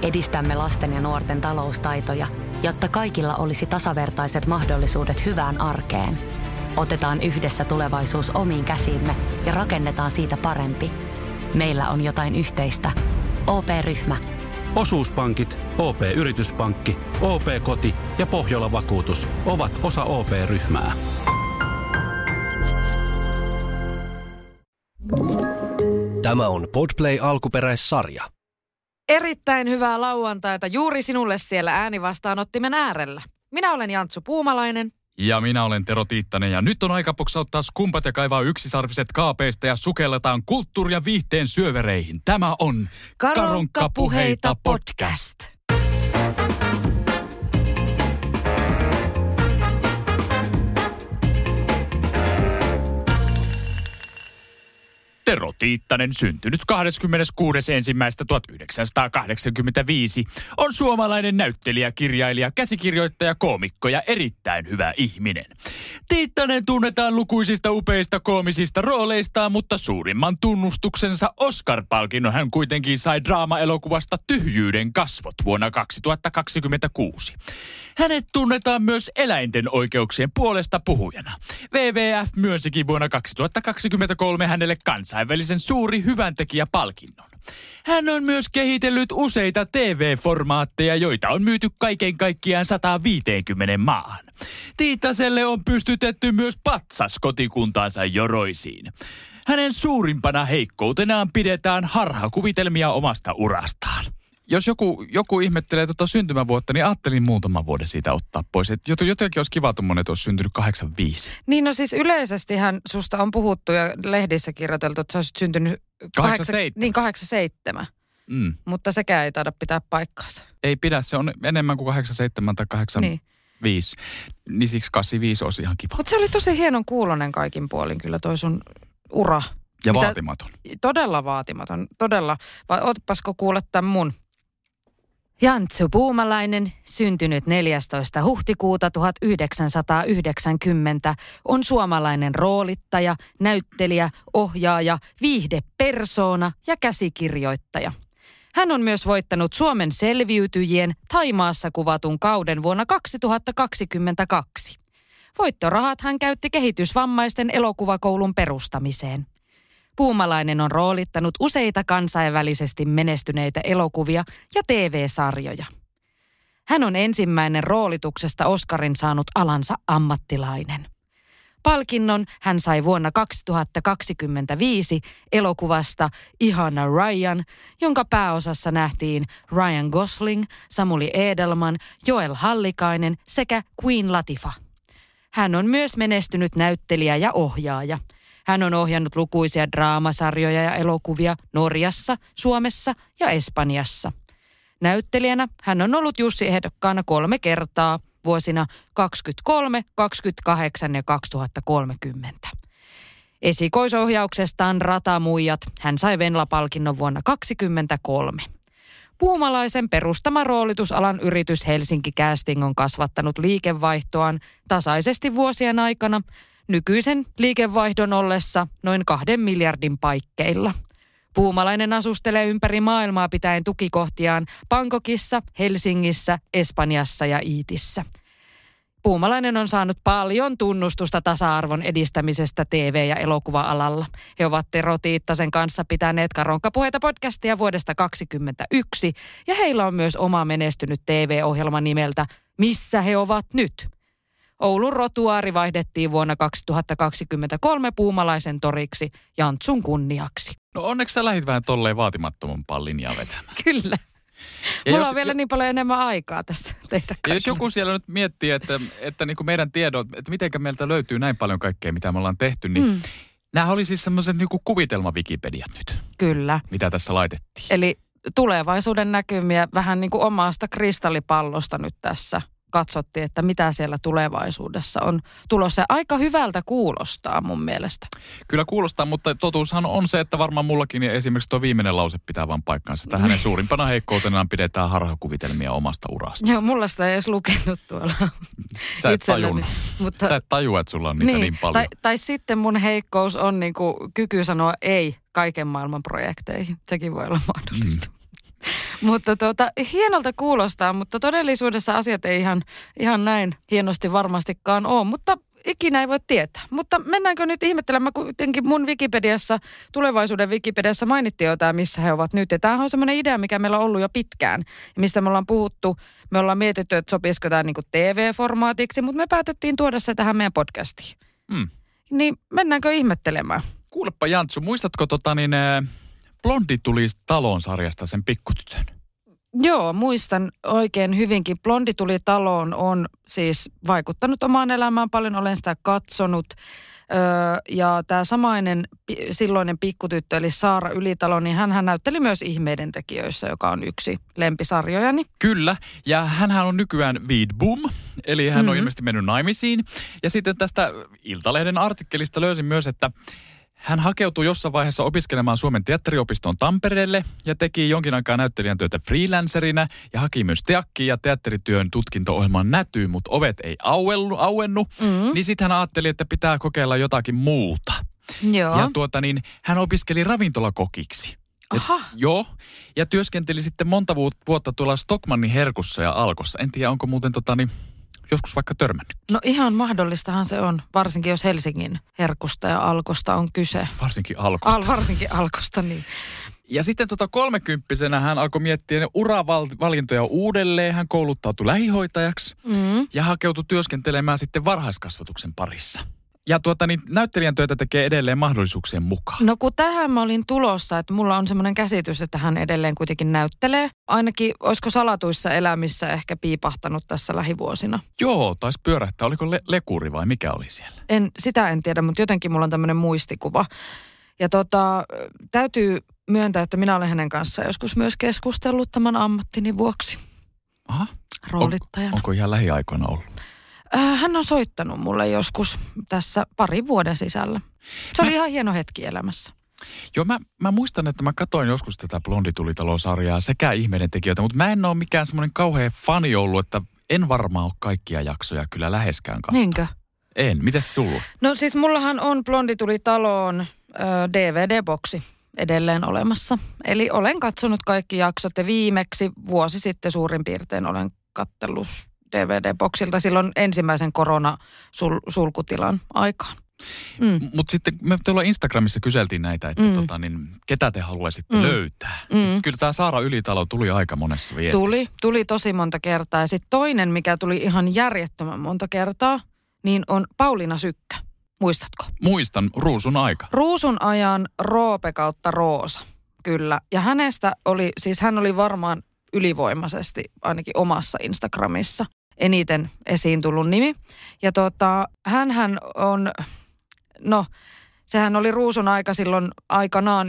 Edistämme lasten ja nuorten taloustaitoja, jotta kaikilla olisi tasavertaiset mahdollisuudet hyvään arkeen. Otetaan yhdessä tulevaisuus omiin käsiimme ja rakennetaan siitä parempi. Meillä on jotain yhteistä. OP-ryhmä. Osuuspankit, OP-yrityspankki, OP-koti ja Pohjola-vakuutus ovat osa OP-ryhmää. Tämä on Podplay alkuperäissarja. Erittäin hyvää lauantaita juuri sinulle siellä äänivastaanottimen äärellä. Minä olen Jantsu Puumalainen. Ja minä olen Tero Tiittanen ja nyt on aika puksauttaa skumpat ja kaivaa yksisarviset kaapeista ja sukelletaan kulttuuri- ja viihteen syövereihin. Tämä on Karonkkapuheita podcast. Tero Tiittanen, syntynyt 26.1.1985, on suomalainen näyttelijä, kirjailija, käsikirjoittaja, koomikko ja erittäin hyvä ihminen. Tiittanen tunnetaan lukuisista upeista koomisista rooleistaan, mutta suurimman tunnustuksensa Oscar-palkinnon hän kuitenkin sai draama-elokuvasta Tyhjyyden kasvot vuonna 2026. Hänet tunnetaan myös eläinten oikeuksien puolesta puhujana. WWF myönsikin vuonna 2023 hänelle kansainvälisen suuri hyväntekijäpalkinnon. Hän on myös kehitellyt useita TV-formaatteja, joita on myyty kaiken kaikkiaan 150 maahan. Tiittaselle on pystytetty myös patsas kotikuntaansa Joroisiin. Hänen suurimpana heikkoutenaan pidetään harhakuvitelmia omasta urastaan. Jos joku ihmettelee syntymävuotta, niin ajattelin muutaman vuoden siitä ottaa pois. Että jotenkin olisi kiva tuommoinen, että olisi syntynyt 85. Niin no siis yleisestihän susta on puhuttu ja lehdissä kirjoiteltu, että sä olisit syntynyt 87. Mutta sekään ei taida pitää paikkaansa. Ei pidä, se on enemmän kuin 87 tai 85. Niin siksi 85 olisi ihan kiva. Mutta se oli tosi hienon kuulonen kaikin puolin kyllä toi sun ura. Ja vaatimaton. Todella vaatimaton, todella. Vai ootpasko kuulla tämän mun? Jantsu Puumalainen, syntynyt 14. huhtikuuta 1990, on suomalainen roolittaja, näyttelijä, ohjaaja, viihdepersoona ja käsikirjoittaja. Hän on myös voittanut Suomen selviytyjien Thaimaassa kuvatun kauden vuonna 2022. Voittorahat hän käytti kehitysvammaisten elokuvakoulun perustamiseen. Puumalainen on roolittanut useita kansainvälisesti menestyneitä elokuvia ja TV-sarjoja. Hän on ensimmäinen roolituksesta Oscarin saanut alansa ammattilainen. Palkinnon hän sai vuonna 2025 elokuvasta Ihana Ryan, jonka pääosassa nähtiin Ryan Gosling, Samuli Edelman, Joel Hallikainen sekä Queen Latifah. Hän on myös menestynyt näyttelijä ja ohjaaja. Hän on ohjannut lukuisia draamasarjoja ja elokuvia Norjassa, Suomessa ja Espanjassa. Näyttelijänä hän on ollut Jussi-ehdokkaana 3 kertaa vuosina 23, 28 ja 2030. Esikoisohjauksestaan Ratamuijat hän sai Venla-palkinnon vuonna 2023. Puumalaisen perustama roolitusalan yritys Helsinki Casting on kasvattanut liikevaihtoaan tasaisesti vuosien aikana, nykyisen liikevaihdon ollessa noin 2 miljardin paikkeilla. Puumalainen asustelee ympäri maailmaa pitäen tukikohtiaan Bangkokissa, Helsingissä, Espanjassa ja Iitissä. Puumalainen on saanut paljon tunnustusta tasa-arvon edistämisestä TV- ja elokuva-alalla. He ovat Tero Tiittasen kanssa pitäneet Karonkkapuheita podcastia vuodesta 2021 ja heillä on myös oma menestynyt TV-ohjelma nimeltä Missä he ovat nyt? Oulun rotuaari vaihdettiin vuonna 2023 Puumalaisen toriksi Jantsun kunniaksi. No onneksi sä lähdit vähän tolleen vaatimattomampaan linjaan vetämään. Kyllä. Mulla on vielä niin paljon enemmän aikaa tässä tehdä kaikille. Jos joku siellä nyt miettii, että niin kuin meidän tiedot, että mitenkä meiltä löytyy näin paljon kaikkea, mitä me ollaan tehty, niin nämä oli siis semmoiset niin kuin kuvitelma-wikipediat nyt. Kyllä. Mitä tässä laitettiin. Eli tulevaisuuden näkymiä vähän niin kuin omasta kristallipallosta nyt tässä katsottiin, että mitä siellä tulevaisuudessa on tulossa. Aika hyvältä kuulostaa mun mielestä. Kyllä kuulostaa, mutta totuushan on se, että varmaan mullakin esimerkiksi tuo viimeinen lause pitää vaan paikkaansa. Että hänen suurimpana heikkoutenaan pidetään harhakuvitelmia omasta urasta. Joo, mulla sitä ei edes lukenut tuolla itselläni. Mutta sä et tajua, että sulla on niitä niin paljon. Tai sitten mun heikkous on niinku kyky sanoa ei kaiken maailman projekteihin. Sekin voi olla mahdollista. Mutta hienolta kuulostaa, mutta todellisuudessa asiat ei ihan näin hienosti varmastikaan ole, mutta ikinä ei voi tietää. Mutta mennäänkö nyt ihmettelemään, kuitenkin mun Wikipediassa, tulevaisuuden Wikipediassa mainittiin jo tämä, missä he ovat nyt. Ja tämähän on semmoinen idea, mikä meillä on ollut jo pitkään ja mistä me ollaan puhuttu. Me ollaan mietitty, että sopisiko tämä niin kuin TV-formaatiksi, mutta me päätettiin tuoda se tähän meidän podcastiin. Niin mennäänkö ihmettelemään? Kuulepa Jantsu, muistatko Blondi tuli taloon -sarjasta sen pikkutytön? Joo, muistan oikein hyvinkin. Blondi tuli taloon on siis vaikuttanut omaan elämään paljon, olen sitä katsonut. Ja tämä samainen silloinen pikkutyttö, eli Saara Ylitalo, niin hän näytteli myös Ihmeiden tekijöissä, joka on yksi lempisarjojani. Kyllä, ja hänhän on nykyään Vidbum, eli hän on ilmeisesti mennyt naimisiin. Ja sitten tästä Iltalehden artikkelista löysin myös, että hän hakeutui jossain vaiheessa opiskelemaan Suomen teatteriopistoon Tampereelle ja teki jonkin aikaa näyttelijän työtä freelancerina ja haki myös teakkiin ja teatterityön tutkinto-ohjelman nätyy, mutta ovet ei auennut. Niin sitten hän ajatteli, että pitää kokeilla jotakin muuta. Joo. Ja hän opiskeli ravintolakokiksi. Aha. Joo, ja työskenteli sitten monta vuotta tuolla Stockmannin Herkussa ja Alkossa. En tiedä, onko muuten joskus vaikka törmännyt. No ihan mahdollistahan se on, varsinkin jos Helsingin Herkusta ja Alkosta on kyse. Varsinkin Alkosta. Varsinkin Alkosta, niin. Ja sitten 30-vuotiaana hän alkoi miettiä uravalintoja uudelleen. Hän kouluttautui lähihoitajaksi ja hakeutui työskentelemään sitten varhaiskasvatuksen parissa. Ja näyttelijän työtä tekee edelleen mahdollisuuksien mukaan. No kun tähän mä olin tulossa, että mulla on semmoinen käsitys, että hän edelleen kuitenkin näyttelee. Ainakin olisiko Salatuissa elämissä ehkä piipahtanut tässä lähivuosina. Joo, taisi pyörähtää. Oliko lekuri vai mikä oli siellä? Sitä en tiedä, mutta jotenkin mulla on tämmöinen muistikuva. Ja täytyy myöntää, että minä olen hänen kanssaan joskus myös keskustellut tämän ammattini vuoksi. Aha. Roolittajana. Onko ihan lähiaikoina ollut? Hän on soittanut mulle joskus tässä 2 vuoden sisällä. Se oli ihan hieno hetki elämässä. Joo, mä muistan, että mä katsoin joskus tätä Blondi tuli taloon -sarjaa sekä Ihmeiden tekijöitä, mutta mä en ole mikään semmoinen kauhean fani ollut, että en varmaan ole kaikkia jaksoja kyllä läheskään katsonut. Niinkö? En. Mites sulla? No siis mullahan on Blondi tuli taloon DVD-boksi edelleen olemassa. Eli olen katsonut kaikki jaksot ja viimeksi vuosi sitten suurin piirtein olen katsellut DVD-boksilta silloin ensimmäisen koronasulkutilan aikaan. Mutta sitten me tuolla Instagramissa kyseltiin näitä, että ketä te haluaisitte löytää. Kyllä tämä Saara Ylitalo tuli aika monessa viestissä. Tuli tosi monta kertaa. Ja sitten toinen, mikä tuli ihan järjettömän monta kertaa, niin on Pauliina Sykkö. Muistatko? Muistan, Ruusun aika. Ruusun ajan Roope kautta Roosa, kyllä. Ja hän oli varmaan ylivoimaisesti ainakin omassa Instagramissa eniten esiin tullut nimi. Ja hänhän on, sehän oli Ruusun aika silloin aikanaan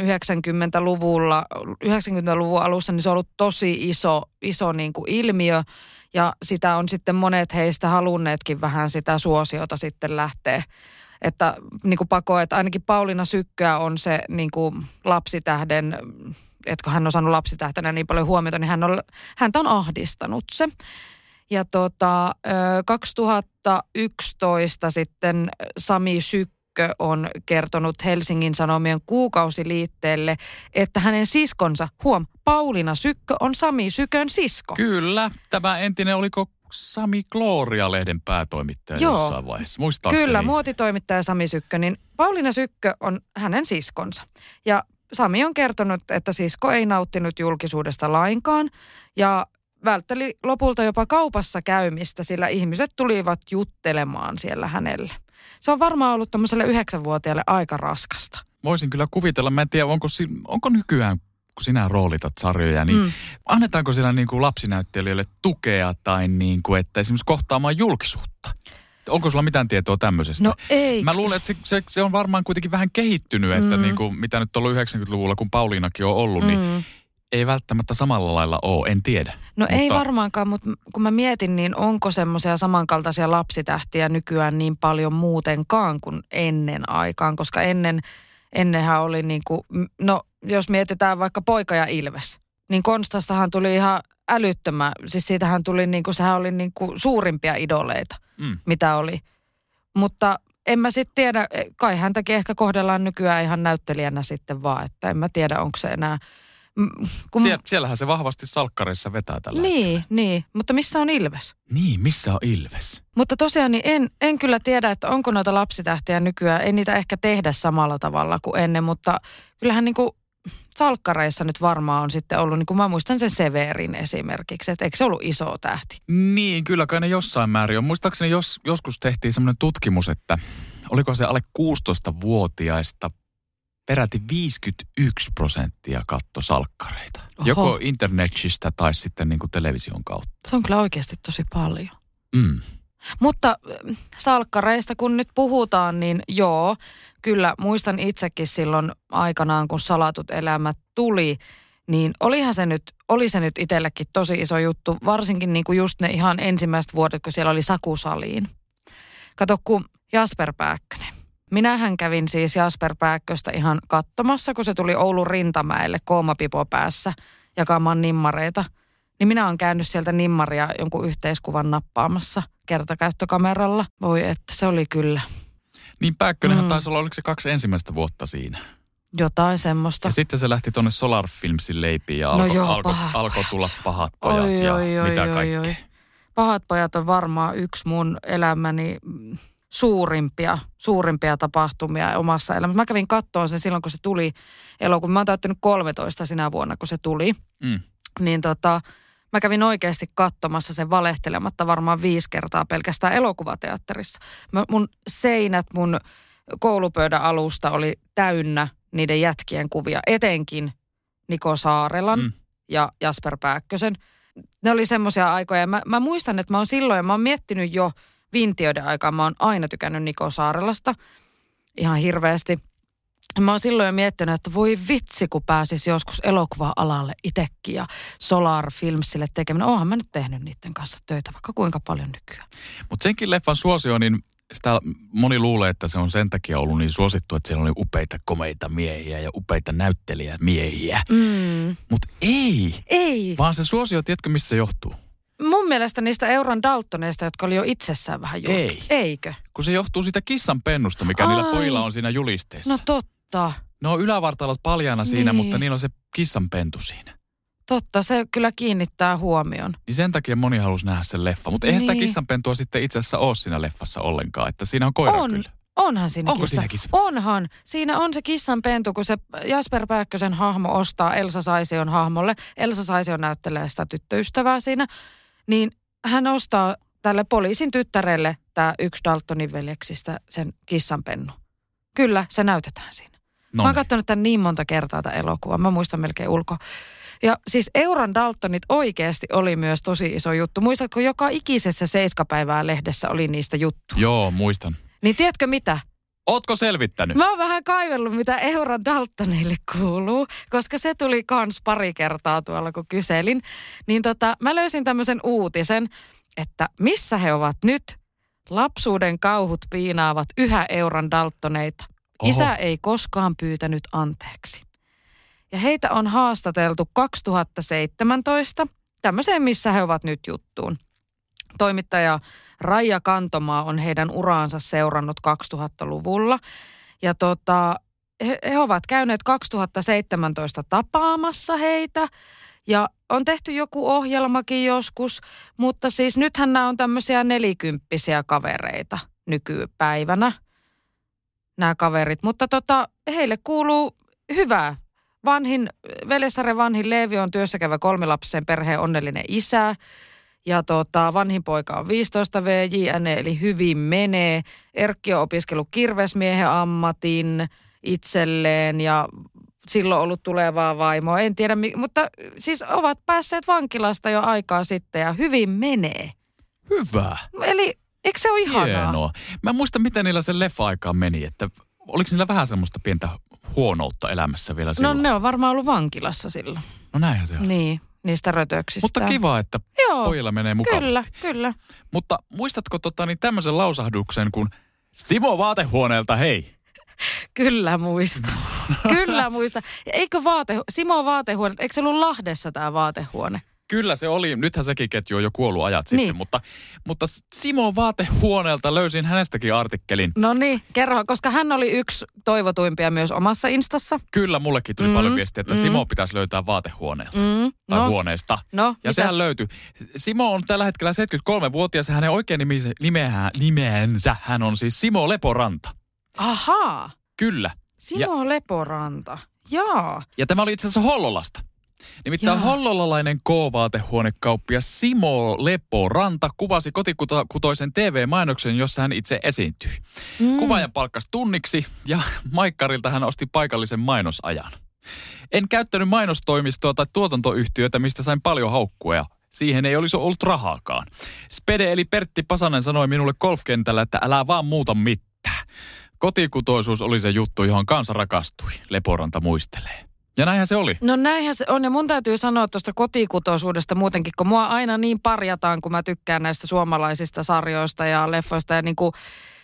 90-luvun alussa, niin se on ollut tosi iso niin kuin ilmiö. Ja sitä on sitten monet heistä halunneetkin vähän sitä suosiota sitten lähteä. Että niin kuin että ainakin Pauliina Sykköä on se niin kuin lapsitähden, että kun hän on saanut lapsitähtenä niin paljon huomiota, niin häntä on ahdistanut se. Ja 2011 sitten Sami Sykkö on kertonut Helsingin Sanomien Kuukausiliitteelle, että hänen siskonsa, Pauliina Sykkö on Sami Sykön sisko. Kyllä, tämä entinen oliko Sami Gloria-lehden päätoimittaja jossain vaiheessa, muistaakseni? Kyllä, muotitoimittaja Sami Sykkö, niin Pauliina Sykkö on hänen siskonsa. Ja Sami on kertonut, että sisko ei nauttinut julkisuudesta lainkaan ja vältteli lopulta jopa kaupassa käymistä, sillä ihmiset tulivat juttelemaan siellä hänelle. Se on varmaan ollut tämmöiselle 9-vuotiaalle aika raskasta. Voisin kyllä kuvitella, mä en tiedä, onko nykyään, kun sinä roolitat sarjoja, niin annetaanko siellä niin kuin lapsinäyttelijöille tukea tai niin kuin, että esimerkiksi kohtaamaan julkisuutta? Onko sulla mitään tietoa tämmöisestä? No ei. Mä luulen, että se on varmaan kuitenkin vähän kehittynyt, että niin kuin, mitä nyt on ollut 90-luvulla, kun Pauliinakin on ollut, niin ei välttämättä samalla lailla ole, en tiedä. No ei varmaankaan, mutta kun mä mietin, niin onko semmoisia samankaltaisia lapsitähtiä nykyään niin paljon muutenkaan kuin ennen aikaan, koska ennenhän oli niin kuin, jos mietitään vaikka Poika ja Ilves, niin Konstastahan tuli ihan älyttömän, siis siitähän tuli niin kuin, sehän oli niin kuin suurimpia idoleita, mitä oli. Mutta en mä sitten tiedä, kai häntäkin ehkä kohdellaan nykyään ihan näyttelijänä sitten vaan, että en mä tiedä, onko se enää Siellähän se vahvasti salkkareissa vetää tällä Niin, mutta missä on Ilves? Niin, missä on Ilves? Mutta tosiaan niin en kyllä tiedä, että onko noita lapsitähtiä nykyään. Ei niitä ehkä tehdä samalla tavalla kuin ennen, mutta kyllähän niin kuin salkkareissa nyt varmaan on sitten ollut, niin kuin mä muistan sen Severin esimerkiksi, että eikö se ollut iso tähti? Niin, kyllä kai ne jossain määrin on. Muistaakseni joskus tehtiin semmoinen tutkimus, että oliko se alle 16-vuotiaista peräti 51% katto salkkareita. Oho. Joko internetistä tai sitten niin kuin television kautta. Se on kyllä oikeasti tosi paljon. Mm. Mutta salkkareista kun nyt puhutaan, niin joo, kyllä muistan itsekin silloin aikanaan, kun Salatut elämät tuli, niin oli se nyt itsellekin tosi iso juttu, varsinkin niin kuin just ne ihan ensimmäiset vuodet, kun siellä oli Sakusaliin. Kato, kun Jasper Pääkkönen. Minähän kävin siis Jasper Pääkköstä ihan katsomassa, kun se tuli Oulun Rintamäelle koomapipo päässä jakamaan nimmareita. Niin minä olen käynyt sieltä nimmaria jonkun yhteiskuvan nappaamassa kertakäyttökameralla. Voi että, se oli kyllä. Niin Pääkkönenhän taisi olla, oliko se 2 ensimmäistä vuotta siinä? Jotain semmoista. Ja sitten se lähti tuonne Solar Filmsin leipiin ja alkoi tulla pahat pojat mitä kaikkea. Pahat pojat on varmaan yksi mun elämäni suurimpia tapahtumia omassa elämässä. Mä kävin kattoon sen silloin, kun se tuli elokuva. Mä oon täyttänyt 13 sinä vuonna, kun se tuli. Niin mä kävin oikeasti katsomassa sen valehtelematta varmaan 5 kertaa pelkästään elokuvateatterissa. Mun seinät, mun koulupöydän alusta oli täynnä niiden jätkien kuvia, etenkin Niko Saarelan ja Jasper Pääkkösen. Ne oli semmoisia aikoja. Mä muistan, että mä oon silloin, ja mä oon miettinyt jo Vintiöiden aikaa, mä oon aina tykännyt Niko Saarelasta ihan hirveästi. Mä oon silloin jo miettinyt, että voi vitsi, kun pääsis joskus elokuva-alalle itsekin ja Solar Filmsille tekemään. Oonhan mä nyt tehnyt niiden kanssa töitä, vaikka kuinka paljon nykyään. Mutta senkin leffan suosio, niin sitä moni luulee, että se on sen takia ollut niin suosittu, että siellä oli upeita komeita miehiä ja upeita näyttelijämiehiä. Mutta ei. Vaan se suosio, tiedätkö missä se johtuu? Mun mielestä niistä Euron Daltoneista, jotka oli jo itsessään vähän julki. Eikö? Kun se johtuu siitä kissanpennusta, mikä niillä pojilla on siinä julisteessa. No totta. Ne on ylävartalot paljaana siinä, mutta niillä on se kissanpentu siinä. Totta, se kyllä kiinnittää huomion. Niin sen takia moni halusi nähdä sen leffa. Mutta eihän sitä kissanpentua sitten itse asiassa ole siinä leffassa ollenkaan. Että siinä on koira kyllä. Onhan siinä Onko siinä kissa? Onhan. Siinä on se kissanpentu, kun se Jasper Pääkkösen hahmo ostaa Elsa Saision hahmolle. Elsa Saisio näyttelee sitä tyttöystävää siinä. Niin hän ostaa tälle poliisin tyttärelle, tämä yksi Daltonin veljeksistä, sen kissanpennu. Kyllä, se näytetään siinä. Mä oon katsonut tämän niin monta kertaa tämän elokuvan. Mä muistan melkein ulkoa. Ja siis Euron Daltonit oikeasti oli myös tosi iso juttu. Muistatko, joka ikisessä 7-päivää lehdessä oli niistä juttu? Joo, muistan. Niin tiedätkö mitä? Ootko selvittänyt? Mä oon vähän kaivellut, mitä Euron Daltonille kuuluu, koska se tuli kans pari kertaa tuolla, kun kyselin. Niin mä löysin tämmöisen uutisen, että missä he ovat nyt? Lapsuuden kauhut piinaavat yhä Euron Daltoneita. Isä ei koskaan pyytänyt anteeksi. Ja heitä on haastateltu 2017, tämmöiseen missä he ovat nyt juttuun. Toimittaja Raija Kantomaa on heidän uraansa seurannut 2000-luvulla. Ja he ovat käyneet 2017 tapaamassa heitä. Ja on tehty joku ohjelmakin joskus, mutta siis nythän nämä on tämmöisiä 40-vuotiaita kavereita nykypäivänä, nämä kaverit. Mutta heille kuuluu hyvää. Veljessarjan vanhin Leevi on työssäkäyvä 3-lapsen perheen onnellinen isä. Ja vanhin poika on 15V, JNE eli hyvin menee. Erkki on opiskellut kirvesmiehen ammatin itselleen ja silloin ollut tulevaa vaimoa. En tiedä, mutta siis ovat päässeet vankilasta jo aikaa sitten ja hyvin menee. Hyvä. Eli eikö se ole ihanaa? Hienoa. Mä en muista, miten niillä sen leffa-aikaan meni, että oliko niillä vähän semmoista pientä huonoutta elämässä vielä silloin? No ne on varmaan ollut vankilassa silloin. No näinhän se on. Niin, niistä rötöksistä. Mutta kiva, että pojilla menee mukavasti. Kyllä. Mutta muistatko tämmöisen lausahduksen kuin Simo vaatehuoneelta hei? Kyllä muista. Kyllä muista. Eikö Simo vaatehuone, eikö se ollut Lahdessa tämä vaatehuone? Kyllä se oli. Nythän sekin ketju on jo kuollut ajat sitten, mutta Simo Vaatehuoneelta löysin hänestäkin artikkelin. No niin, kerro, koska hän oli yksi toivotuimpia myös omassa instassa. Kyllä, mullekin tuli paljon viestiä, että Simo pitäisi löytää vaatehuoneelta tai huoneesta. No, ja sehän löytyi. Simo on tällä hetkellä 73-vuotias ja hänen oikein nimensä hän on siis Simo Leporanta. Ahaa. Kyllä. Simo Leporanta. Jaa. Ja tämä oli itse asiassa Hollolasta. Nimittäin hollolalainen K-vaatehuonekauppias Simo Leporanta kuvasi kotikutoisen TV-mainoksen, jossa hän itse esiintyi. Kuvaajan palkkasi tunniksi ja Maikkarilta hän osti paikallisen mainosajan. En käyttänyt mainostoimistoa tai tuotantoyhtiötä, mistä sain paljon haukkuja. Siihen ei olisi ollut rahaakaan. Spede eli Pertti Pasanen sanoi minulle golfkentällä, että älä vaan muuta mitään. Kotikutoisuus oli se juttu, johon kansa rakastui, Leporanta muistelee. Ja näinhän se oli. No näinhän se on, ja mun täytyy sanoa tuosta kotikutoisuudesta muutenkin, kun mua aina niin parjataan, kun mä tykkään näistä suomalaisista sarjoista ja leffoista. Ja niin kuin,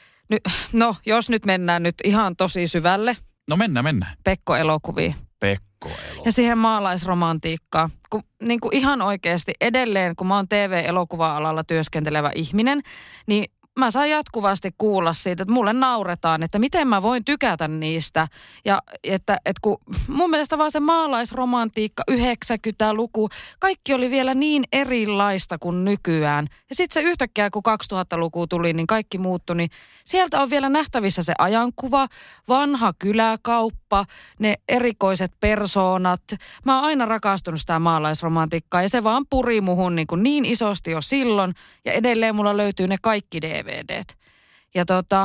jos nyt mennään nyt ihan tosi syvälle. No mennään. Pekko-elokuviin. Ja siihen maalaisromantiikkaan. Niin kuin ihan oikeasti edelleen, kun mä oon TV-elokuva-alalla työskentelevä ihminen, niin mä saan jatkuvasti kuulla siitä, että mulle nauretaan, että miten mä voin tykätä niistä. Ja että kun mun mielestä vaan se maalaisromantiikka, 90-luku, kaikki oli vielä niin erilaista kuin nykyään. Ja sitten se yhtäkkiä, kun 2000-luku tuli, niin kaikki muuttui, niin sieltä on vielä nähtävissä se ajankuva, vanha kyläkauppa, ne erikoiset persoonat. Mä oon aina rakastunut sitä maalaisromantiikkaa ja se vaan puri muhun niin isosti jo silloin. Ja edelleen mulla löytyy ne kaikki DVDt. Ja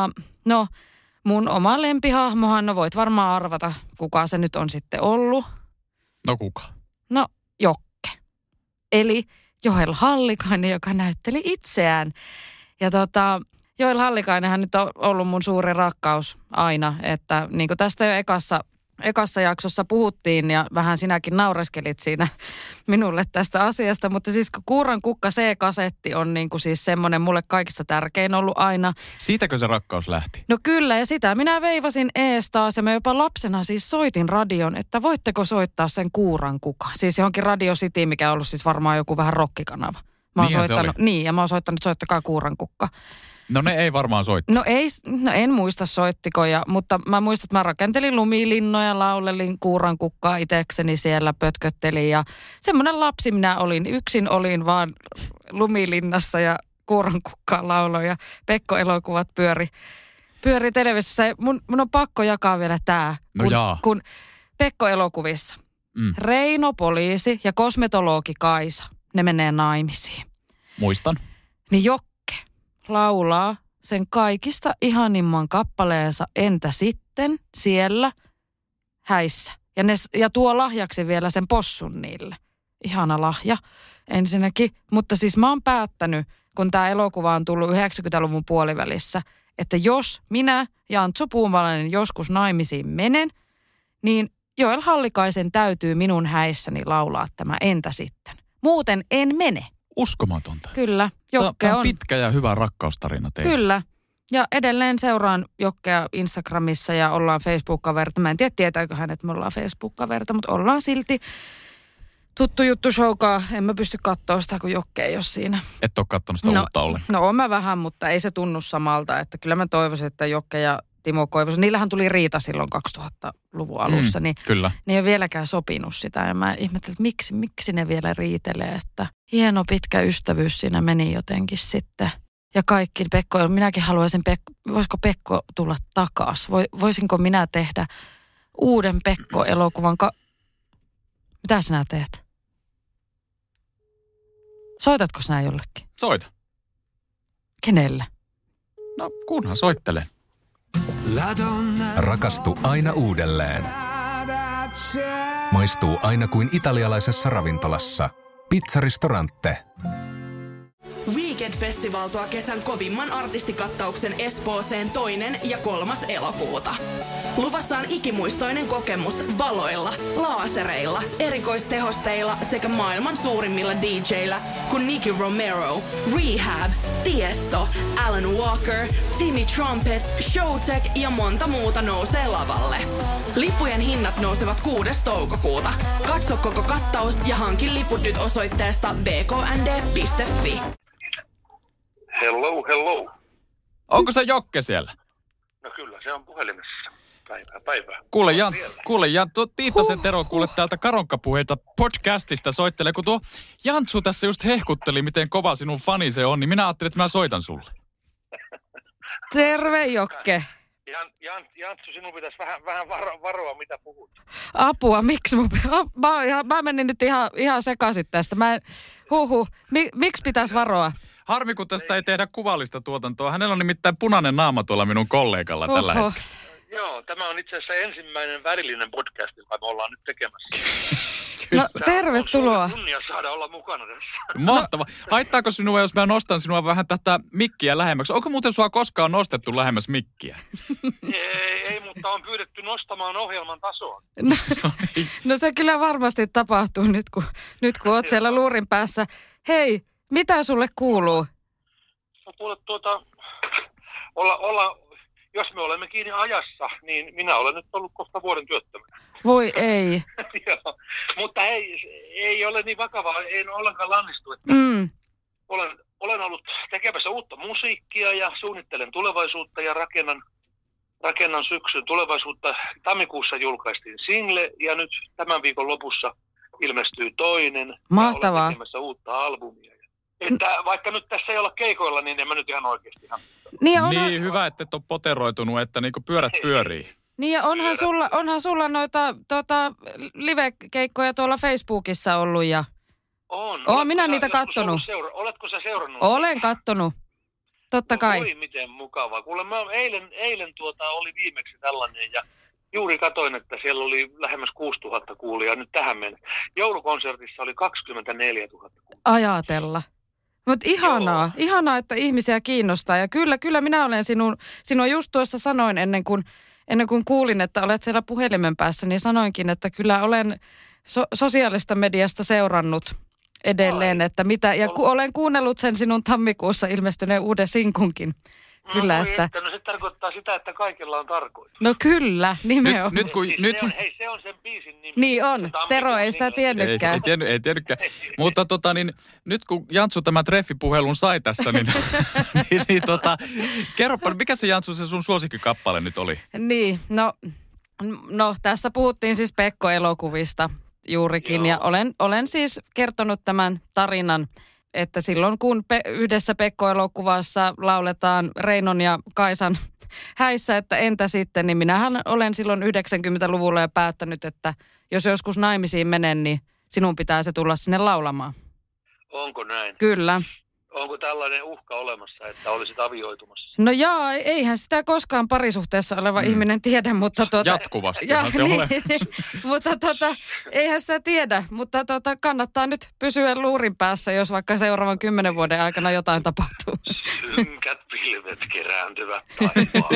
mun oma lempihahmohan, voit varmaan arvata, kuka se nyt on sitten ollut. No kuka? No Jokke. Eli Joel Hallikainen, joka näytteli itseään. Ja Joel Hallikainenhan nyt on ollut mun suuri rakkaus aina, että niin kuin tästä jo ekassa jaksossa puhuttiin ja vähän sinäkin naureskelit siinä minulle tästä asiasta, mutta siis kun Kuuran kukka C-kasetti on niin kuin siis semmoinen mulle kaikista tärkein ollut aina. Siitäkö se rakkaus lähti? No kyllä, ja sitä minä veivasin ees taas ja mä jopa lapsena siis soitin radion, että voitteko soittaa sen Kuuran kukan. Siis johonkin Radio City, mikä on ollut siis varmaan joku vähän rockikanava. Mä oon soittanut soittakaa Kuuran kukka. No ne ei varmaan soittanut. En muista soittiko, mutta mä muistan, että mä rakentelin lumilinnoja, laulelin Kuuran kukkaa itekseni siellä, pötköttelin ja semmoinen lapsi minä olin. Yksin olin vaan lumilinnassa ja Kuuran kukkaa lauloin ja Pekko-elokuvat pyöri televisiossa. Mun on pakko jakaa vielä tää, kun Pekko-elokuvissa Reino poliisi ja kosmetologi Kaisa, ne menee naimisiin. Muistan. Niin laulaa sen kaikista ihanimman kappaleensa Entä sitten siellä häissä. Ja tuo lahjaksi vielä sen possun niille. Ihana lahja ensinnäkin. Mutta siis mä oon päättänyt, kun tää elokuva on tullut 90-luvun puolivälissä, että jos minä ja Antsu Puumalainen joskus naimisiin menen, niin Joel Hallikaisen täytyy minun häissäni laulaa tämä Entä sitten. Muuten en mene. Uskomatonta. Kyllä. Jokke on pitkä ja hyvä rakkaustarina teille. Kyllä. Ja edelleen seuraan Jokkea Instagramissa ja ollaan Facebook-kaverta. Mä en tiedä, tietääkö hän, että me ollaan Facebook-kaverta, mutta ollaan silti tuttu juttu showkaa. En mä pysty katsoa sitä, kun Jokke ei ole siinä. Et ole katsonut sitä uutta ollenkaan. No on mä vähän, mutta ei se tunnu samalta. Että kyllä mä toivoisin, että Jokke ja Timo Koivusen, niillähän tuli riita silloin 2000-luvun alussa, niin kyllä. Ne ei ole vieläkään sopinut sitä. Ja mä ihmettelin, että miksi ne vielä riitelee, että hieno pitkä ystävyys siinä meni jotenkin sitten. Ja kaikki Pekko, minäkin haluaisin, voisiko Pekko tulla takaisin? Voisinko minä tehdä uuden Pekko-elokuvan? Mitä sinä teet? Soitatko sinä jollekin? Soita. Kenelle? No kunhan soittelen. Rakastu aina uudelleen. Maistuu aina kuin italialaisessa ravintolassa. Pizzaristorante. Weekend Festival tuo kesän kovimman artistikattauksen Espooseen 2. ja 3. elokuuta. Luvassa on ikimuistoinen kokemus valoilla, laasereilla, erikoistehosteilla sekä maailman suurimmilla DJillä kuin Nicky Romero, Rehab, Tiesto, Alan Walker, Timmy Trumpet, Showtek ja monta muuta nousee lavalle. Lippujen hinnat nousevat 6. toukokuuta. Katso koko kattaus ja hankin liput nyt osoitteesta bknd.fi. Hello. Onko se Jokke siellä? No kyllä, se on puhelimessa. Päivää. Kuule Jan, Tiitasen Tero kuule täältä Karonkkapuheita podcastista soittelee, kun tuo Jantsu tässä just hehkutteli, miten kova sinun fani se on, niin minä ajattelin, että mä soitan sulle. Terve Jokke. Jantsu, sinun pitäisi vähän varoa, mitä puhut. Apua, miksi mä menin nyt ihan sekaisin tästä. Miksi pitäisi varoa? Harmi, kun tästä ei tehdä kuvallista tuotantoa. Hänellä on nimittäin punainen naama tuolla minun kollegalla tällä hetkellä. Joo, tämä on itse asiassa ensimmäinen värillinen podcast, joka me ollaan nyt tekemässä. No, tervetuloa. On kunnia saada olla mukana tässä. Mahtava. Haittaako sinua, jos mä nostan sinua vähän tätä mikkiä lähemmäksi? Onko muuten sua koskaan nostettu lähemmäs mikkiä? Ei, mutta on pyydetty nostamaan ohjelman tasoa. No se kyllä varmasti tapahtuu nyt kun oot siellä luurin päässä. Hei, mitä sulle kuuluu? No kuule jos me olemme kiinni ajassa, niin minä olen nyt ollut kohta vuoden työttömänä. Voi ei. Joo, mutta ei ole niin vakavaa, en ollenkaan lannistu. Että olen ollut tekemässä uutta musiikkia ja suunnittelen tulevaisuutta ja rakennan syksyn tulevaisuutta. Tammikuussa julkaistiin single ja nyt tämän viikon lopussa ilmestyy toinen. Mahtavaa. Olen tekemässä uutta albumia. Että vaikka nyt tässä ei olla keikoilla, niin en mä nyt ihan oikeasti ihan... Niin, hyvä, että et ole poteroitunut, että niinku pyörät pyörii. Niin, ja onhan sulla noita live-keikkoja tuolla Facebookissa ollut ja... On. Minä niitä kattonut. Oletko sä seurannut? Olen kattonut. Totta kai. Oi, miten mukavaa. Kuule, mä eilen oli viimeksi tällainen ja juuri katoin, että siellä oli lähemmäs 6000 kuulijaa nyt tähän mennessä. Joulukonsertissa oli 24 000 kuulijaa. Ajatella. Mutta ihanaa, että ihmisiä kiinnostaa. Ja kyllä minä olen sinua just tuossa sanoin ennen kuin kuulin, että olet siellä puhelimen päässä, niin sanoinkin, että kyllä olen sosiaalista mediasta seurannut edelleen, että mitä, ja olen kuunnellut sen sinun tammikuussa ilmestyneen uuden sinkunkin. Kyllä, että... No se tarkoittaa sitä, että kaikilla on tarkoitus. No kyllä, nimenomaan. Se on sen biisin nimi. Niin on, Tero ei sitä tiennytkään. Ei tiennytkään. Mutta nyt kun Jantsu tämä treffipuhelun sai tässä, niin kerropa, mikä se Jantsu se sun suosikkikappale nyt oli? Niin, no tässä puhuttiin siis Pekko-elokuvista juurikin. Joo. Ja olen siis kertonut tämän tarinan, että silloin kun yhdessä Pekko-elokuvassa lauletaan Reinon ja Kaisan häissä, että entä sitten, niin minähän olen silloin 90-luvulla jo päättänyt, että jos joskus naimisiin menen, niin sinun pitää se tulla sinne laulamaan. Onko näin? Kyllä. Onko tällainen uhka olemassa, että olisit avioitumassa? No jaa, eihän sitä koskaan parisuhteessa oleva ihminen tiedä, mutta... Jatkuvasti se ole. Mutta eihän sitä tiedä, mutta kannattaa nyt pysyä luurin päässä, jos vaikka seuraavan 10 vuoden aikana jotain tapahtuu. Synkät pilvet kerääntyvät taivaan.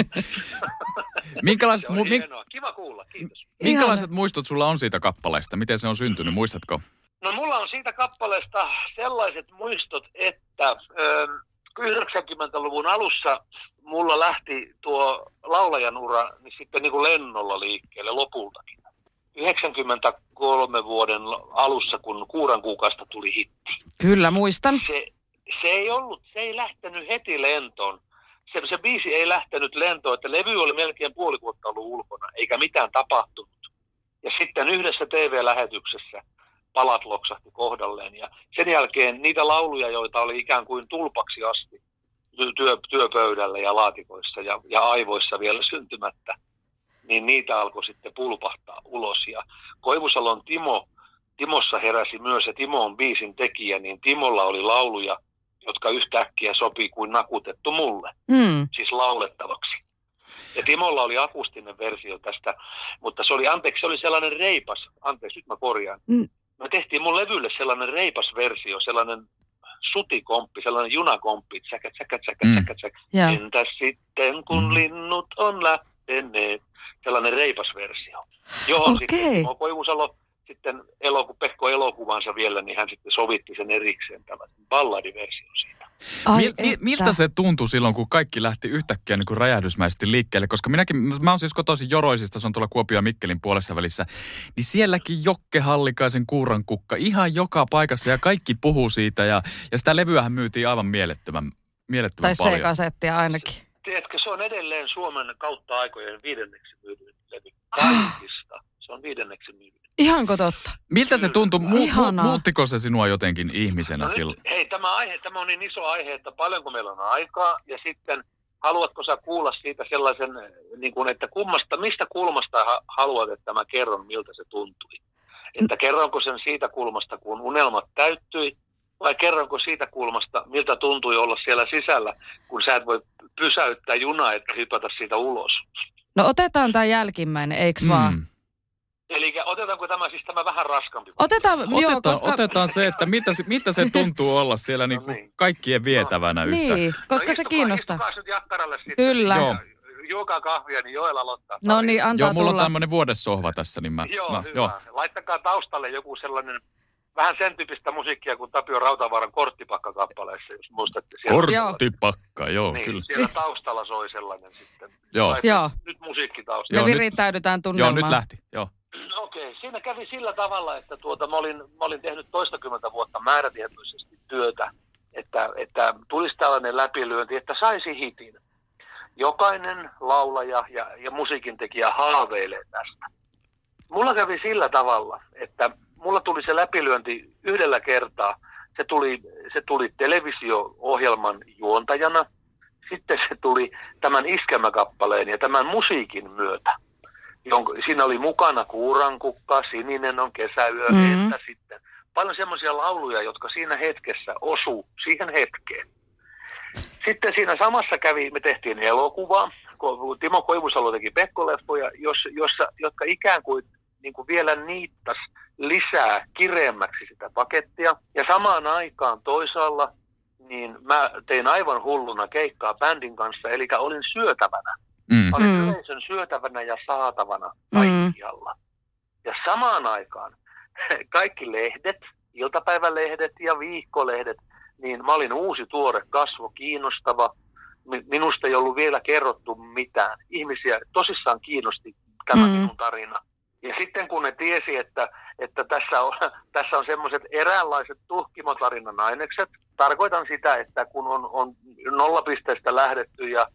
Kiva kuulla, kiitos. Minkälaiset muistot sulla on siitä kappaleesta? Miten se on syntynyt, muistatko? No mulla on siitä kappaleesta sellaiset muistot, että 90-luvun alussa mulla lähti tuo laulajan ura niin sitten niin kuin lennolla liikkeelle lopultakin. 93 vuoden alussa, kun 6 kuukautta tuli hitti. Kyllä, muistan. Se ei lähtenyt heti lentoon. Se biisi ei lähtenyt lentoon, että levy oli melkein puoli vuotta ollut ulkona, eikä mitään tapahtunut. Ja sitten yhdessä TV-lähetyksessä palat loksahti kohdalleen. Ja sen jälkeen niitä lauluja, joita oli ikään kuin tulpaksi asti työpöydällä ja laatikoissa ja aivoissa vielä syntymättä, niin niitä alkoi sitten pulpahtaa ulos. Ja Koivusalon Timossa heräsi myös, ja Timo on biisin tekijä, niin Timolla oli lauluja, jotka yhtäkkiä sopii kuin nakutettu mulle, siis laulettavaksi. Ja Timolla oli akustinen versio tästä, mutta se oli sellainen reipas, nyt mä korjaan. Me tehtiin mun levylle sellainen reipas versio, sellainen sutikomppi, sellainen junakomppi, tsäkä. Entäs sitten, kun linnut on lähteneet, sellainen reipas versio. Johon sitten Timo Koivusalo sitten Pekko elokuvansa vielä, niin hän sitten sovitti sen erikseen tällaisen balladiversion siitä. Miltä se tuntui silloin, kun kaikki lähti yhtäkkiä niin kuin räjähdysmäisesti liikkeelle? Koska mä oon siis kotoisin Joroisista, se on tuolla Kuopion ja Mikkelin puolessa välissä, niin sielläkin Jokke Hallikaisen Kuurankukka ihan joka paikassa ja kaikki puhuu siitä ja sitä levyähän myytiin aivan mielettömän tai paljon. Tai C-kasettia ainakin. Tiedätkö, se on edelleen Suomen kautta aikojen 5. myydyin levy kaikista. Se on 5. myydyin. Ihanko totta? Miltä se tuntui? Muuttiko se sinua jotenkin ihmisenä silloin? Hei, tämä on niin iso aihe, että paljonko meillä on aikaa. Ja sitten, haluatko sä kuulla siitä sellaisen, niin kuin, että mistä kulmasta haluat, että mä kerron, miltä se tuntui? Että kerronko sen siitä kulmasta, kun unelmat täyttyi, vai kerronko siitä kulmasta, miltä tuntui olla siellä sisällä, kun sä et voi pysäyttää junaa, että hypätä siitä ulos? No otetaan tämä jälkimmäinen, eiks vaan? Eli otetaanko tämä vähän raskampi? Otetaan se, että miltä se tuntuu olla siellä niin kuin kaikkien vietävänä yhtä. Niin, koska se kiinnostaa. Istukaa nyt jakkaralle sitten. Kyllä. Juokaa kahvia, niin Joel aloittaa. No niin, antaa mulla tulla. on tämmöinen vuodessohva tässä, niin Hyvä. Laittakaa taustalle joku sellainen, vähän sen tyyppistä musiikkia kuin Tapio Rautavaaran Korttipakka-kappaleessa, jos muistatte. Korttipakka, joo, niin, kyllä. Siellä taustalla soi sellainen sitten. Joo. Nyt musiikki taustalla. Me virittäydytään tunnelmaan. Joo, nyt lähti, joo. Okei, siinä kävi sillä tavalla, että mä olin tehnyt toistakymmentä vuotta määrätietoisesti työtä, että tulisi tällainen läpilyönti, että saisi hitin. Jokainen laulaja ja musiikintekijä haaveilee tästä. Mulla kävi sillä tavalla, että mulla tuli se läpilyönti yhdellä kertaa. Se tuli televisio-ohjelman juontajana, sitten se tuli tämän iskelmäkappaleen ja tämän musiikin myötä. Siinä oli mukana Kuurankukka, Sininen on kesäyö, että sitten paljon semmoisia lauluja, jotka siinä hetkessä osu siihen hetkeen. Sitten siinä samassa me tehtiin elokuvaa, kun Timo Koivusalo teki Pekko-leffoja, jotka ikään kuin vielä niittas lisää kireemmäksi sitä pakettia. Ja samaan aikaan toisaalla niin mä tein aivan hulluna keikkaa bändin kanssa, eli olin syötävänä. Olin yleisön syötävänä ja saatavana kaikkialla. Ja samaan aikaan kaikki lehdet, iltapäivälehdet ja viikkolehdet, niin mä olin uusi tuore kasvo, kiinnostava. Minusta ei ollut vielä kerrottu mitään. Ihmisiä tosissaan kiinnosti tämä minun tarina. Ja sitten kun ne tiesi, että tässä on semmoiset eräänlaiset tuhkimotarinan ainekset, tarkoitan sitä, että kun on nollapisteestä lähdetty ja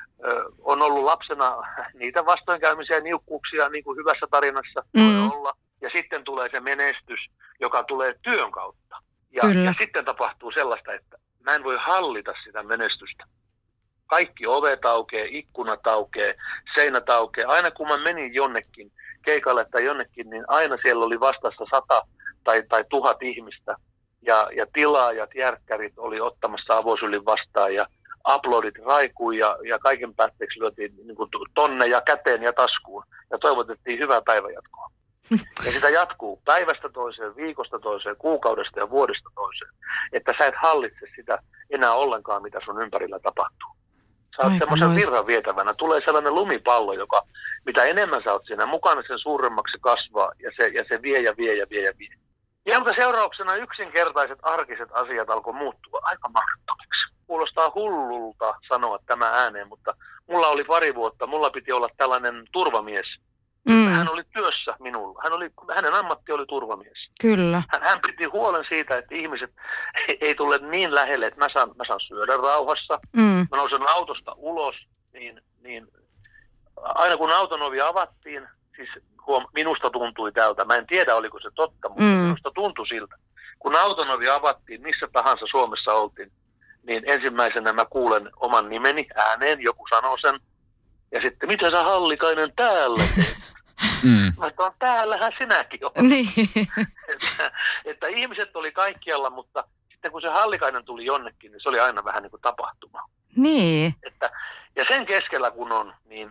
on ollut lapsena niitä vastoinkäymisiä ja niukkuuksia, niin kuin hyvässä tarinassa voi olla. Ja sitten tulee se menestys, joka tulee työn kautta. Ja sitten tapahtuu sellaista, että mä en voi hallita sitä menestystä. Kaikki ovet aukeaa, ikkunat aukeaa, seinät aukeaa. Aina kun mä menin jonnekin keikalle tai jonnekin, niin aina siellä oli vastassa 100 tai 1000 ihmistä. Ja tilaajat, järkkärit oli ottamassa avosylin vastaan ja aplodit raikui ja kaiken päätteeksi lyötiin niin kuin tonneja käteen ja taskuun ja toivotettiin hyvää päivänjatkoa. Ja sitä jatkuu päivästä toiseen, viikosta toiseen, kuukaudesta ja vuodesta toiseen, että sä et hallitse sitä enää ollenkaan, mitä sun ympärillä tapahtuu. Sä oot semmoisen virran vietävänä. Tulee sellainen lumipallo, joka mitä enemmän sä oot siinä mukana, sen suuremmaksi se kasvaa ja se vie ja vie ja vie ja vie. Jonka seurauksena yksinkertaiset arkiset asiat alkoi muuttua aika mahdottomiksi. Kuulostaa hullulta sanoa tämä ääneen, mutta mulla oli pari vuotta, mulla piti olla tällainen turvamies. Hän oli työssä minulla. Hänen ammatti oli turvamies. Kyllä. Hän piti huolen siitä, että ihmiset ei tule niin lähelle, että mä saan syödä rauhassa. Mä nousen autosta ulos, niin aina kun auton ovi avattiin, siis minusta tuntui tältä. Mä en tiedä, oliko se totta, mutta minusta tuntui siltä. Kun auton ovi avattiin, missä tahansa Suomessa oltiin, niin ensimmäisenä mä kuulen oman nimeni ääneen, joku sanoo sen. Ja sitten, mitä sä Hallikainen täällä teet? Mä sanon, täällähän sinäkin olet. Niin. että ihmiset oli kaikkialla, mutta sitten kun se Hallikainen tuli jonnekin, niin se oli aina vähän niin kuin tapahtuma. Niin. Ja sen keskellä kun on, niin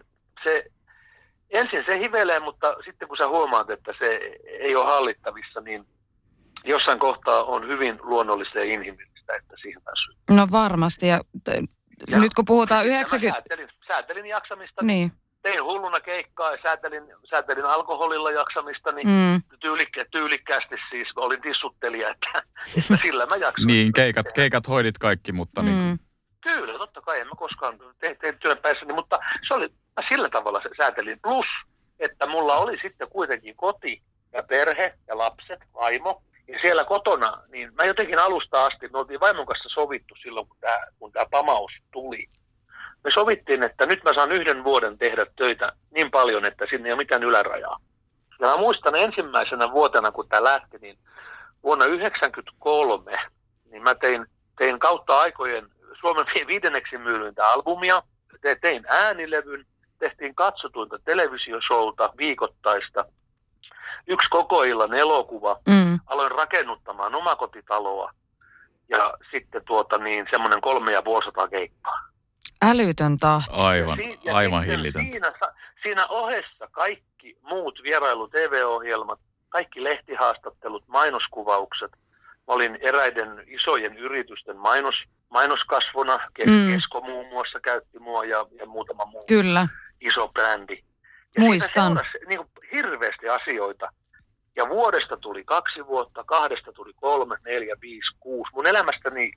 ensin se hivelee, mutta sitten kun sä huomaat, että se ei ole hallittavissa, niin jossain kohtaa on hyvin luonnollista ja inhimillistä, että siihen päässyt. No varmasti. Ja nyt kun puhutaan 90... Säätelin jaksamista, niin. Tein hulluna keikkaa ja säätelin alkoholilla jaksamista, niin tyylikkäästi siis olin tissuttelija, että sillä mä jaksoin. Niin, keikat hoidit kaikki, mutta niin. Kyllä, totta kai, en mä koskaan tehnyt työn päässäni, mutta se oli, mä sillä tavalla säätelin. Plus, että mulla oli sitten kuitenkin koti ja perhe ja lapset, vaimo. Ja siellä kotona, niin mä jotenkin alusta asti, me oltiin vaimon kanssa sovittu silloin, kun tämä pamaus tuli. Me sovittiin, että nyt mä saan 1 vuoden tehdä töitä niin paljon, että sinne ei ole mitään ylärajaa. Ja mä muistan ensimmäisenä vuotena, kun tämä lähti, niin vuonna 1993, niin mä tein kautta aikojen Suomen 5. myydyntä albumia, tein äänilevyn, tehtiin katsotuinta televisioshowta viikoittaista, 1 koko illan elokuva, aloin rakennuttamaan omakotitaloa ja sitten semmoinen 350 keikkaa. Älytön tahti. Aivan hillitöntä. Siinä ohessa kaikki muut vierailu TV-ohjelmat, kaikki lehtihaastattelut, mainoskuvaukset. Mä olin eräiden isojen yritysten mainoskasvona. Kesko muun muassa käytti mua ja muutama muu iso brändi. Ja muistan. Seurasi niin hirveästi asioita. Ja vuodesta tuli 2 vuotta, 2 tuli 3, 4, 5, 6. Mun elämästäni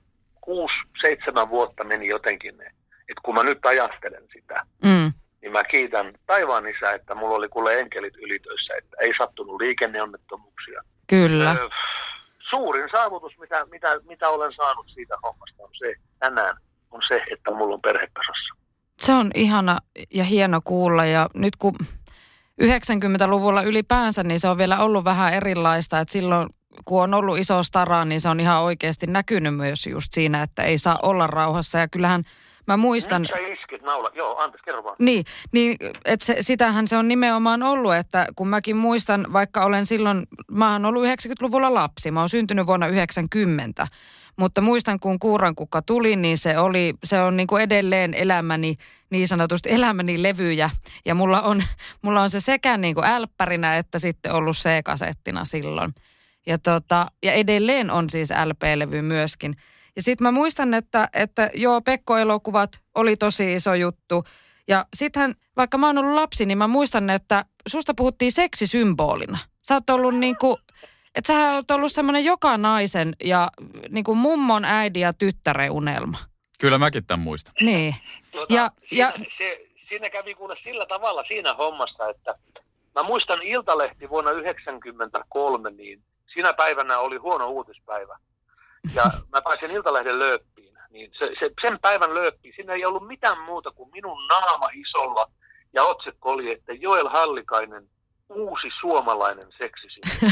6-7 vuotta meni jotenkin ne. Että kun mä nyt ajattelen sitä, niin mä kiitän taivaan isä, että mulla oli kuule enkelit ylitöissä, että ei sattunut liikenneonnettomuuksia. Kyllä. Suurin saavutus, mitä olen saanut siitä hommasta on se, tänään on se, että mulla on perhe kasassa. Se on ihana ja hieno kuulla ja nyt kun 90-luvulla ylipäänsä, niin se on vielä ollut vähän erilaista, että silloin kun on ollut iso stara, niin se on ihan oikeasti näkynyt myös just siinä, että ei saa olla rauhassa ja kyllähän mä muistan... Nyt sä iskit naula. Joo, anteeksi, kerro vaan. Niin että sitähän se on nimenomaan ollut, että kun mäkin muistan, vaikka olen silloin, mä oon ollut 90-luvulla lapsi, mä oon syntynyt vuonna 90, mutta muistan, kun Kuurankukka tuli, niin se on niin kuin edelleen niin sanotusti elämäni levyjä. Ja mulla on se sekä niin kuin älppärinä että sitten ollut C-kasettina silloin. Ja edelleen on siis LP-levy myöskin. Ja sitten mä muistan, että Pekko-elokuvat oli tosi iso juttu. Ja sittenhän, vaikka mä oon ollut lapsi, niin mä muistan, että susta puhuttiin seksisymbolina. Sä oot ollut niinku, että sä oot ollut semmoinen joka naisen ja niinku mummon, äidin ja tyttären unelma. Kyllä mäkin tämän muistan. Niin. Siinä kävi kuule sillä tavalla siinä hommassa, että mä muistan Iltalehti vuonna 1993, niin siinä päivänä oli huono uutispäivä. Ja mä pääsin Iltalehden lööppiin, niin sen päivän lööppiin, siinä ei ollut mitään muuta kuin minun naama isolla ja otsikko oli, että Joel Hallikainen, uusi suomalainen seksisymboli.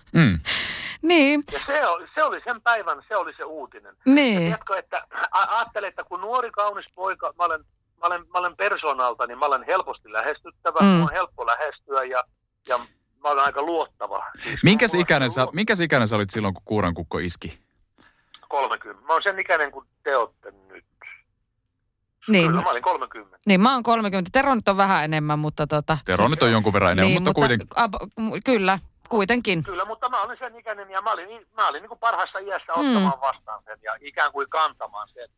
Niin. Ja se oli sen päivän, se oli se uutinen. Niin. Ja tiedätkö, että ajattelen, että kun nuori kaunis poika, mä olen persoonalta, niin mä olen helposti lähestyttävä, mä on helppo lähestyä ja mä olen aika luottava. Siis minkäs ikäinen sä olit silloin, kun Kuurankukko iski? 30. Mä oon sen ikäinen kuin te ootte nyt. Niin. Kyllä, mä olin 30. Niin, mä oon 30. Tero nyt on vähän enemmän, mutta Tero nyt on jonkun verran enemmän, niin, mutta kuitenkin. Kyllä, kuitenkin. Kyllä, mutta mä olin sen ikäinen ja mä olin niin kuin parhaassa iässä ottamaan vastaan sen ja ikään kuin kantamaan sen.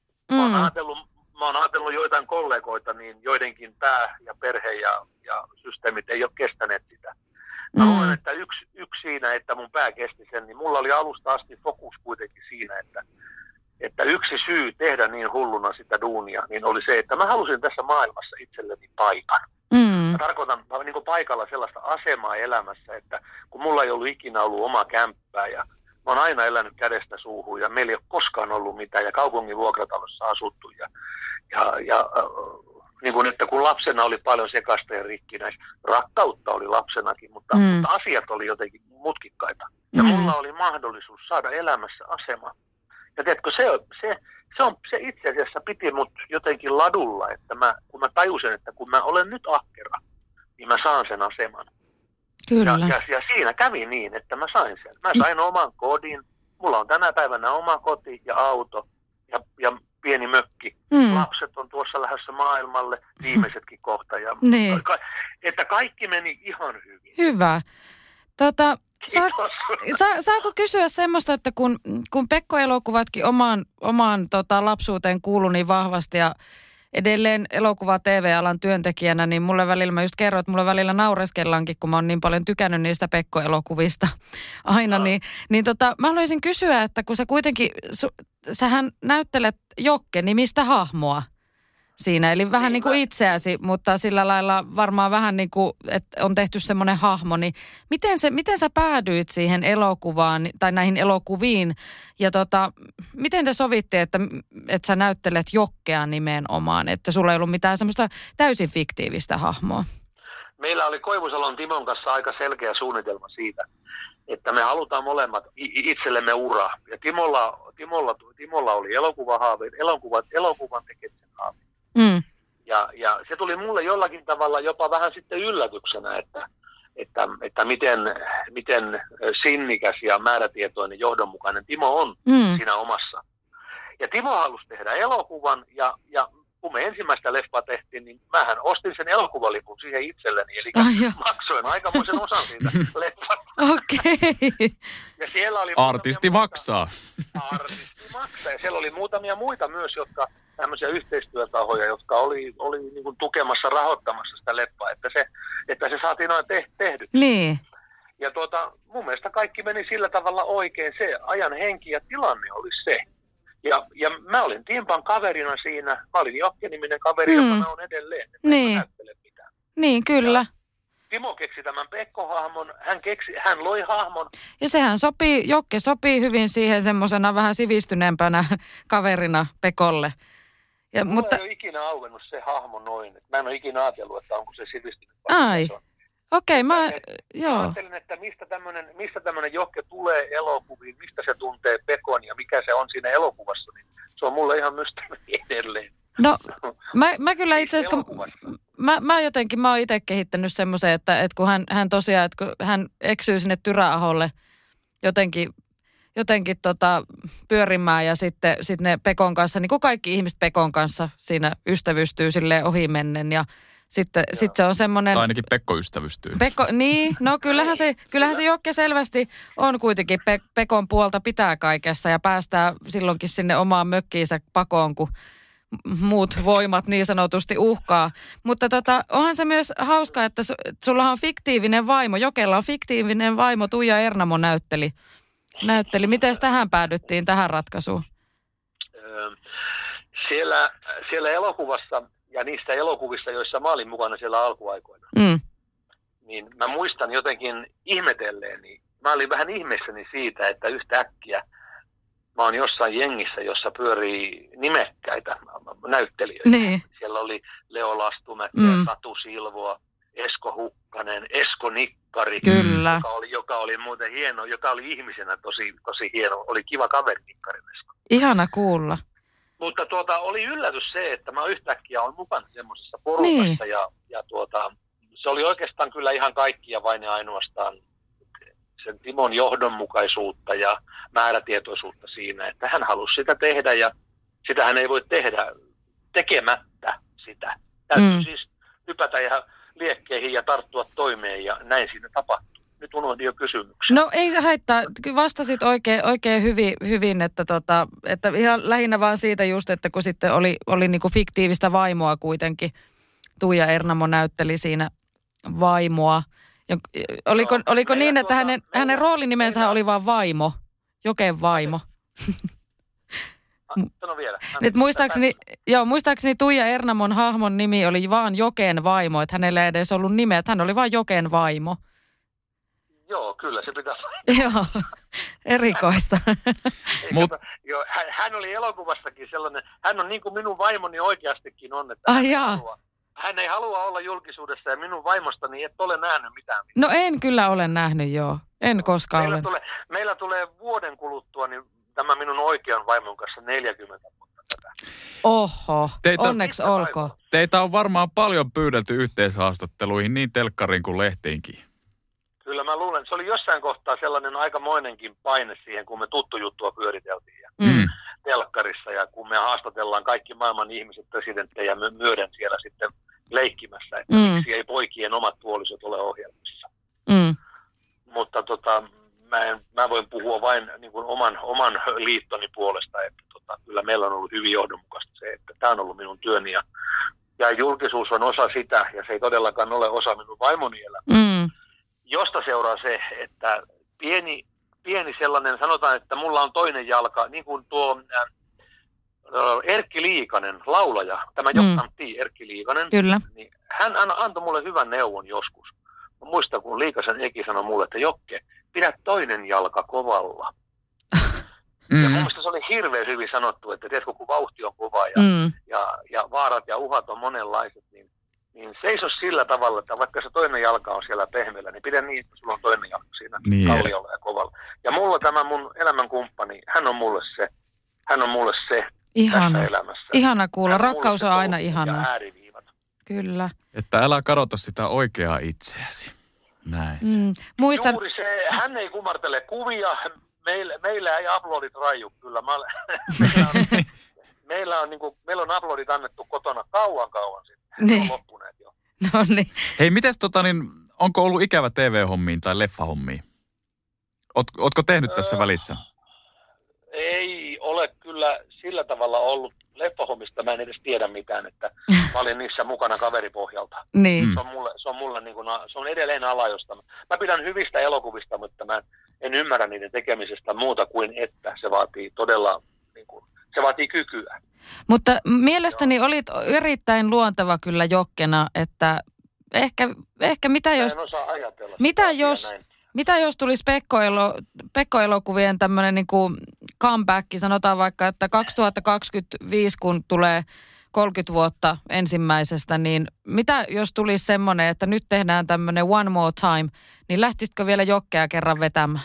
Mä oon ajatellut joitain kollegoita, niin joidenkin pää ja perhe ja systeemit ei ole kestäneet sitä. Mä luulen, että yksi siinä, että mun pää kesti sen, niin mulla oli alusta asti fokus kuitenkin siinä, että yksi syy tehdä niin hulluna sitä duunia, niin oli se, että mä halusin tässä maailmassa itselleni paikan. Mä tarkoitan niin kuin paikalla sellaista asemaa elämässä, että kun mulla ei ollut ikinä ollut omaa kämppää ja mä oon aina elänyt kädestä suuhun ja meillä ei ole koskaan ollut mitään ja kaupungin vuokratalossa asuttu ja niin kuin, että kun lapsena oli paljon sekasta ja rikkinäistä, rakkautta oli lapsenakin, mutta asiat oli jotenkin mutkikkaita. Ja mulla oli mahdollisuus saada elämässä asema. Ja tiedätkö, se itse asiassa piti mut jotenkin ladulla, että kun mä tajusin, että kun mä olen nyt ahkera, niin mä saan sen aseman. Kyllä. Ja siinä kävi niin, että mä sain sen. Mä sain oman kodin, mulla on tänä päivänä oma koti ja auto ja pieni mökki. Lapset on tuossa lähdössä maailmalle, viimeisetkin kohta. Ja niin. Että kaikki meni ihan hyvin. Hyvä. Saako kysyä semmoista, että kun Pekko-elokuvatkin omaan lapsuuteen kuului niin vahvasti ja edelleen elokuva TV-alan työntekijänä, niin mulle välillä, mä just kerroin, että mulle välillä naureskellaankin, kun mä oon niin paljon tykännyt niistä Pekko-elokuvista aina, niin mä haluaisin kysyä, että kun sä kuitenkin, sähän näyttelet Jokke-nimistä hahmoa siinä, eli vähän niin kuin itseäsi, mutta sillä lailla varmaan vähän niin kuin, että on tehty semmoinen hahmo, niin miten sä päädyit siihen elokuvaan tai näihin elokuviin ja miten te sovitte, että sä näyttelet Jokkea nimenomaan, että sulla ei ollut mitään semmoista täysin fiktiivistä hahmoa? Meillä oli Koivusalon Timon kanssa aika selkeä suunnitelma siitä, että me halutaan molemmat itsellemme uraa. Ja Timolla oli elokuvahaaveet, elokuvan tekemisen haaveet. Mm. Ja se tuli mulle jollakin tavalla jopa vähän sitten yllätyksenä, että miten sinnikäs ja määrätietoinen johdonmukainen Timo on siinä omassa. Ja Timo halusi tehdä elokuvan ja kun me ensimmäistä leffaa tehtiin, niin mähän ostin sen elokuvalipun siihen itselleni, eli maksoin aikamoisen osan siitä leffasta. Okei. Ja siellä oli Artisti maksaa. Artisti maksaa. Ja siellä oli muutamia muita myös, jotka tämmöisiä yhteistyötahoja, jotka oli niin kuin tukemassa, rahoittamassa sitä leffaa, että se saatiin aina tehdyksi. Niin. Ja mun mielestä kaikki meni sillä tavalla oikein. Se ajan henki ja tilanne oli se. Ja mä olin Timpan kaverina siinä. Mä olin Jokke-niminen kaveri, joka mä oon edelleen. Niin. Mä näyttele mitään. Niin, kyllä. Ja Timo keksi tämän Pekko-hahmon. Hän loi hahmon. Ja sehän Jokke sopii hyvin siihen semmosena vähän sivistyneempänä kaverina Pekolle. Mulla ei ole ikinä auennut se hahmo noin. Mä en ole ikinä ajatellut, että onko se sivistynyt. Ai. Okei, joo. Mä ajattelin, että mistä tämmöinen Jokke tulee elokuviin, mistä se tuntee Pekon ja mikä se on siinä elokuvassa, niin se on mulle ihan mysteeri edelleen. No, mä kyllä itse asiassa, mä oon itse kehittänyt semmoisen, että kun hän tosiaan, että kun hän eksyy sinne Tyräaholle jotenkin pyörimään ja sitten ne Pekon kanssa, niin kuin kaikki ihmiset Pekon kanssa siinä ystävystyy silleen ohimennen ja sitten se on semmoinen... Tai ainakin Pekko ystävystyy. Niin, no kyllähän se Jokke selvästi on kuitenkin Pekon puolta pitää kaikessa ja päästää silloinkin sinne omaan mökkiinsä pakoon, kun muut voimat niin sanotusti uhkaa. Mutta onhan se myös hauskaa, että sulla on fiktiivinen vaimo, Jokella on fiktiivinen vaimo, Tuija Ernamo näytteli. Miten tähän päädyttiin, tähän ratkaisuun? Siellä elokuvassa ja niissä elokuvissa, joissa mä olin mukana siellä alkuaikoina, niin mä muistan jotenkin ihmetelleeni. Mä olin vähän ihmeessäni siitä, että yhtäkkiä mä oon jossain jengissä, jossa pyörii nimekkäitä näyttelijöitä. Niin. Siellä oli Leo Lastumäki, Tatu Silvoa, Esko Hukkanen, Esko Nikkari, kyllä. Joka oli muuten hieno, joka oli ihmisenä tosi hieno. Oli kiva kaveri Nikkarin Esko. Ihana kuulla. Mutta oli yllätys se, että mä yhtäkkiä olen mukana semmoisessa porukassa ja se oli oikeastaan kyllä ihan kaikkia vain ja ainoastaan sen Timon johdonmukaisuutta ja määrätietoisuutta siinä, että hän halusi sitä tehdä ja sitä hän ei voi tehdä tekemättä sitä. Täytyy siis hypätä ja liekkeihin ja tarttua toimeen ja näin siinä tapahtuu. Nyt unohdin jo kysymyksen. No ei se haittaa. Vastasit oikein hyvin, että ihan lähinnä vaan siitä just, että kun sitten oli niinku fiktiivistä vaimoa kuitenkin. Tuija Ernamo näytteli siinä vaimoa. Oliko niin, että hänen roolinimensä oli vaan vaimo? Joken vaimo. Sano vielä. Muistaakseni Tuija Ernamon hahmon nimi oli vaan Joken vaimo, että hänellä ei edes ollut nimeä, että hän oli vaan Joken vaimo. Joo, kyllä se pitäisi. Joo, erikoista. Hän oli elokuvassakin sellainen, hän on niin kuin minun vaimoni oikeastikin on, että hän ei halua olla julkisuudessa ja minun vaimostani et ole nähnyt mitään. No en kyllä ole nähnyt, joo. En koskaan ole. Meillä tulee vuoden kuluttua niin tämä minun oikean vaimon kanssa 40 vuotta tätä. Oho, onneksi olkoon. Teitä on varmaan paljon pyydelty yhteishaastatteluihin niin telkkariin kuin lehtiinkin. Kyllä mä luulen, se oli jossain kohtaa sellainen aikamoinenkin paine siihen, kun me tuttu juttua pyöriteltiin telkkarissa ja kun me haastatellaan kaikki maailman ihmiset, presidenttejä myöden siellä sitten leikkimässä, että miksi ei poikien omat puolisot ole ohjelmissa. mutta mä voin puhua vain niin kuin oman liittoni puolesta, että kyllä meillä on ollut hyvin johdonmukaista se, että tämä on ollut minun työni ja julkisuus on osa sitä ja se ei todellakaan ole osa minun vaimoni elämää. Josta seuraa se, että pieni sellainen, sanotaan, että mulla on toinen jalka, niin kuin tuo Erkki Liikanen, laulaja, tämä johtanti Erkki Liikanen, Kyllä. niin hän antoi mulle hyvän neuvon joskus. Mä muistan, kun Liikasen Eki sanoi mulle, että Jokke, pidä toinen jalka kovalla. Ja mun mielestä se oli hirveän hyvin sanottu, että tiedätkö, kun vauhti on kova ja vaarat ja uhat on monenlaiset, niin seiso sillä tavalla, että vaikka se toinen jalka on siellä pehmeällä, niin pidä niin, että sulla on toinen jalka siinä kalliolla ja kovalla. Ja mulla tämä mun elämänkumppani, hän on mulle se tässä elämässä. Ihana kuulla, Hän rakkaus on aina ihanaa. Ja ääriviivat. Kyllä. Että älä kadota sitä oikeaa itseäsi. Näin se. Muistan... Juuri se, hän ei kumartele kuvia, meillä ei uploadit raju kyllä. Meillä on uploadit annettu kotona kauan sitten. Ne on loppuneet jo. No niin. Hei, mites onko ollut ikävä TV-hommiin tai leffahommiin? Ootko tehnyt tässä välissä? Ei ole kyllä sillä tavalla ollut. Leffahommista mä en edes tiedä mitään, että mä olin niissä mukana kaveripohjalta. Niin. Se on mulle niin kuin, se on edelleen ala, josta mä pidän hyvistä elokuvista, mutta mä en ymmärrä niiden tekemisestä muuta kuin, että se vaatii todella, niin kuin, se vaatii kykyä. Mutta mielestäni olit erittäin luonteva kyllä Jokkena, että ehkä mitä jos tulisi Pekko-elokuvien tämmöinen niin kuin comeback, sanotaan vaikka, että 2025, kun tulee 30 vuotta ensimmäisestä, niin mitä jos tulisi semmoinen, että nyt tehdään tämmöinen One More Time, niin lähtisitkö vielä Jokkea kerran vetämään?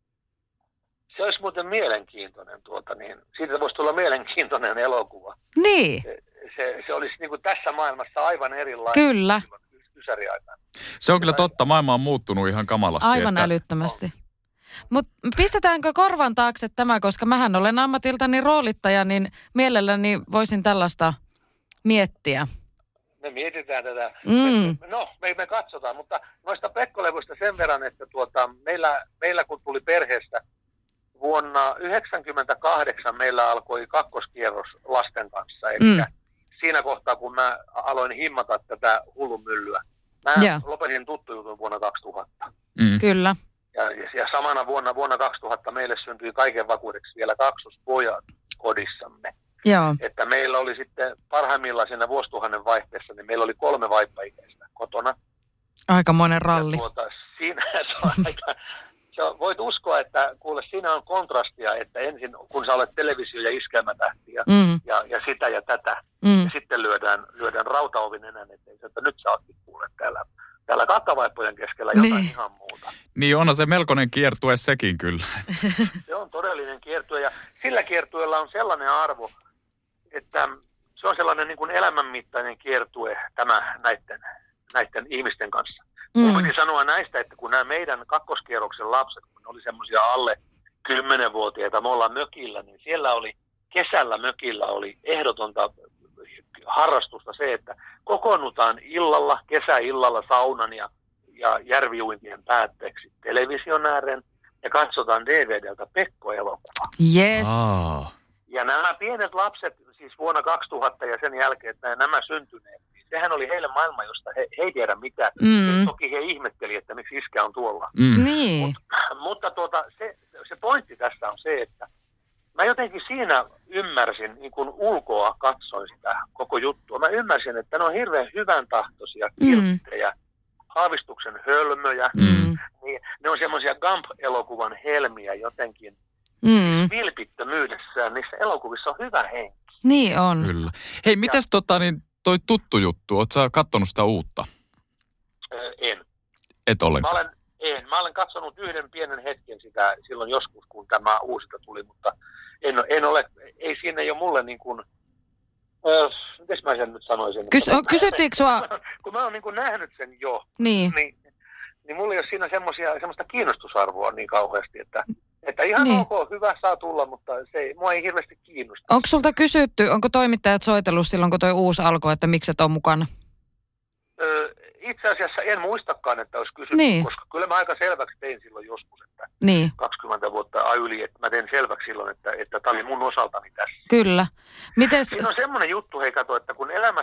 Se olisi muuten mielenkiintoinen, siitä voisi tulla mielenkiintoinen elokuva. Niin. Se olisi niin kuin tässä maailmassa aivan erilainen. Kyllä. Se on kyllä totta. Maailma on muuttunut ihan kamalasti. Aivan älyttömästi. Mutta pistetäänkö korvan taakse tämä, koska mähän olen ammatiltani roolittaja, niin mielelläni voisin tällaista miettiä. Me mietitään tätä. Me katsotaan, mutta noista Pekko-levyistä sen verran, että meillä kun tuli perheestä vuonna 1998 meillä alkoi kakkoskierros lasten kanssa. Eli siinä kohtaa, kun mä aloin himmata tätä hullunmyllyä. Mä lopetin Tuttujutun vuonna 2000. Kyllä. Ja samana vuonna 2000 meille syntyi kaiken vakuudeksi vielä kaksospojat kodissamme. Joo. Että meillä oli sitten parhaimmillaan siinä vuosituhannen vaihteessa, niin meillä oli 3 vaippaikäistä kotona. Aika monen ralli. Siinä voit uskoa, että kuule, siinä on kontrastia, että ensin kun sä olet televisio- ja iskelmätähti ja sitä ja tätä, ja sitten lyödään rautaovin enää eteen, että nyt sä ootkin kuule täällä kakkavaippojen keskellä jotain ihan muuta. Niin onhan se melkoinen kiertue sekin kyllä. Se on todellinen kiertue ja sillä kiertueella on sellainen arvo, että se on sellainen niin kuin elämänmittainen kiertue tämä näiden ihmisten kanssa. Mun piti sanoa näistä, että kun nämä meidän kakkoskierroksen lapset, kun ne oli semmoisia alle 10-vuotiaita, me ollaan mökillä, niin siellä oli kesällä mökillä oli ehdotonta harrastusta se, että kokoonnutaan kesäillalla saunan ja järviuintien päätteeksi television ääreen ja katsotaan DVDltä Pekko-elokuva. Yes. Ja nämä pienet lapset, siis vuonna 2000 ja sen jälkeen, että nämä syntyneet, niin sehän oli heille maailma, josta he ei tiedä mitään. Toki he ihmetteli, että miksi iskä on tuolla. Niin. Mutta se pointti tässä on se, että mä jotenkin siinä ymmärsin, niin kun ulkoa katsoin sitä koko juttua, mä ymmärsin, että ne on hirveän hyvän tahtoisia kilttejä, aavistuksen hölmöjä, niin ne on semmoisia Gump-elokuvan helmiä jotenkin vilpittömyydessään. Niissä elokuvissa on hyvä henki. Niin on. Kyllä. Hei, mitäs toi Tuttu juttu, ootko sä kattonut sitä uutta? En. Et ollenkaan? Mä olen katsonut yhden pienen hetken sitä silloin joskus, kun tämä uusita tuli, mutta en ole, ei siinä jo mulle niin kuin, miten mä sen nyt sanoisin? Kysyttiinkö sua? Kun mä oon niin kuin nähnyt sen jo, niin mulla ei ole siinä semmoista kiinnostusarvoa niin kauheasti, että ihan ok, hyvä saa tulla, mutta mua ei hirveästi kiinnosta. Onko sulta kysytty, onko toimittajat soitellut silloin, kun toi uusi alkoi, että miksi et ole mukana? itse asiassa en muistakaan, että olisi kysynyt, koska kyllä mä aika selväksi tein silloin joskus, että 20 vuotta yli, että mä tein selväksi silloin, että tämä oli mun osaltani tässä. Kyllä. Siinä on semmoinen juttu, hei kato, että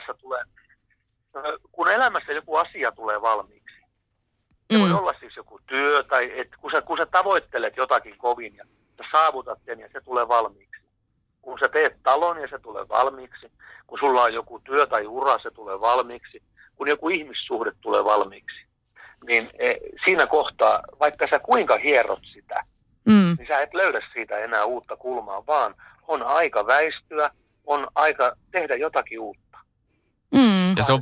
kun elämässä joku asia tulee valmiiksi, se voi olla siis joku työ, tai kun sä tavoittelet jotakin kovin ja sä saavutat sen ja se tulee valmiiksi. Kun sä teet talon ja se tulee valmiiksi, kun sulla on joku työ tai ura, se tulee valmiiksi, kun joku ihmissuhde tulee valmiiksi, niin siinä kohtaa, vaikka sä kuinka hierot sitä, niin sä et löydä siitä enää uutta kulmaa, vaan on aika väistyä, on aika tehdä jotakin uutta. Ja se on...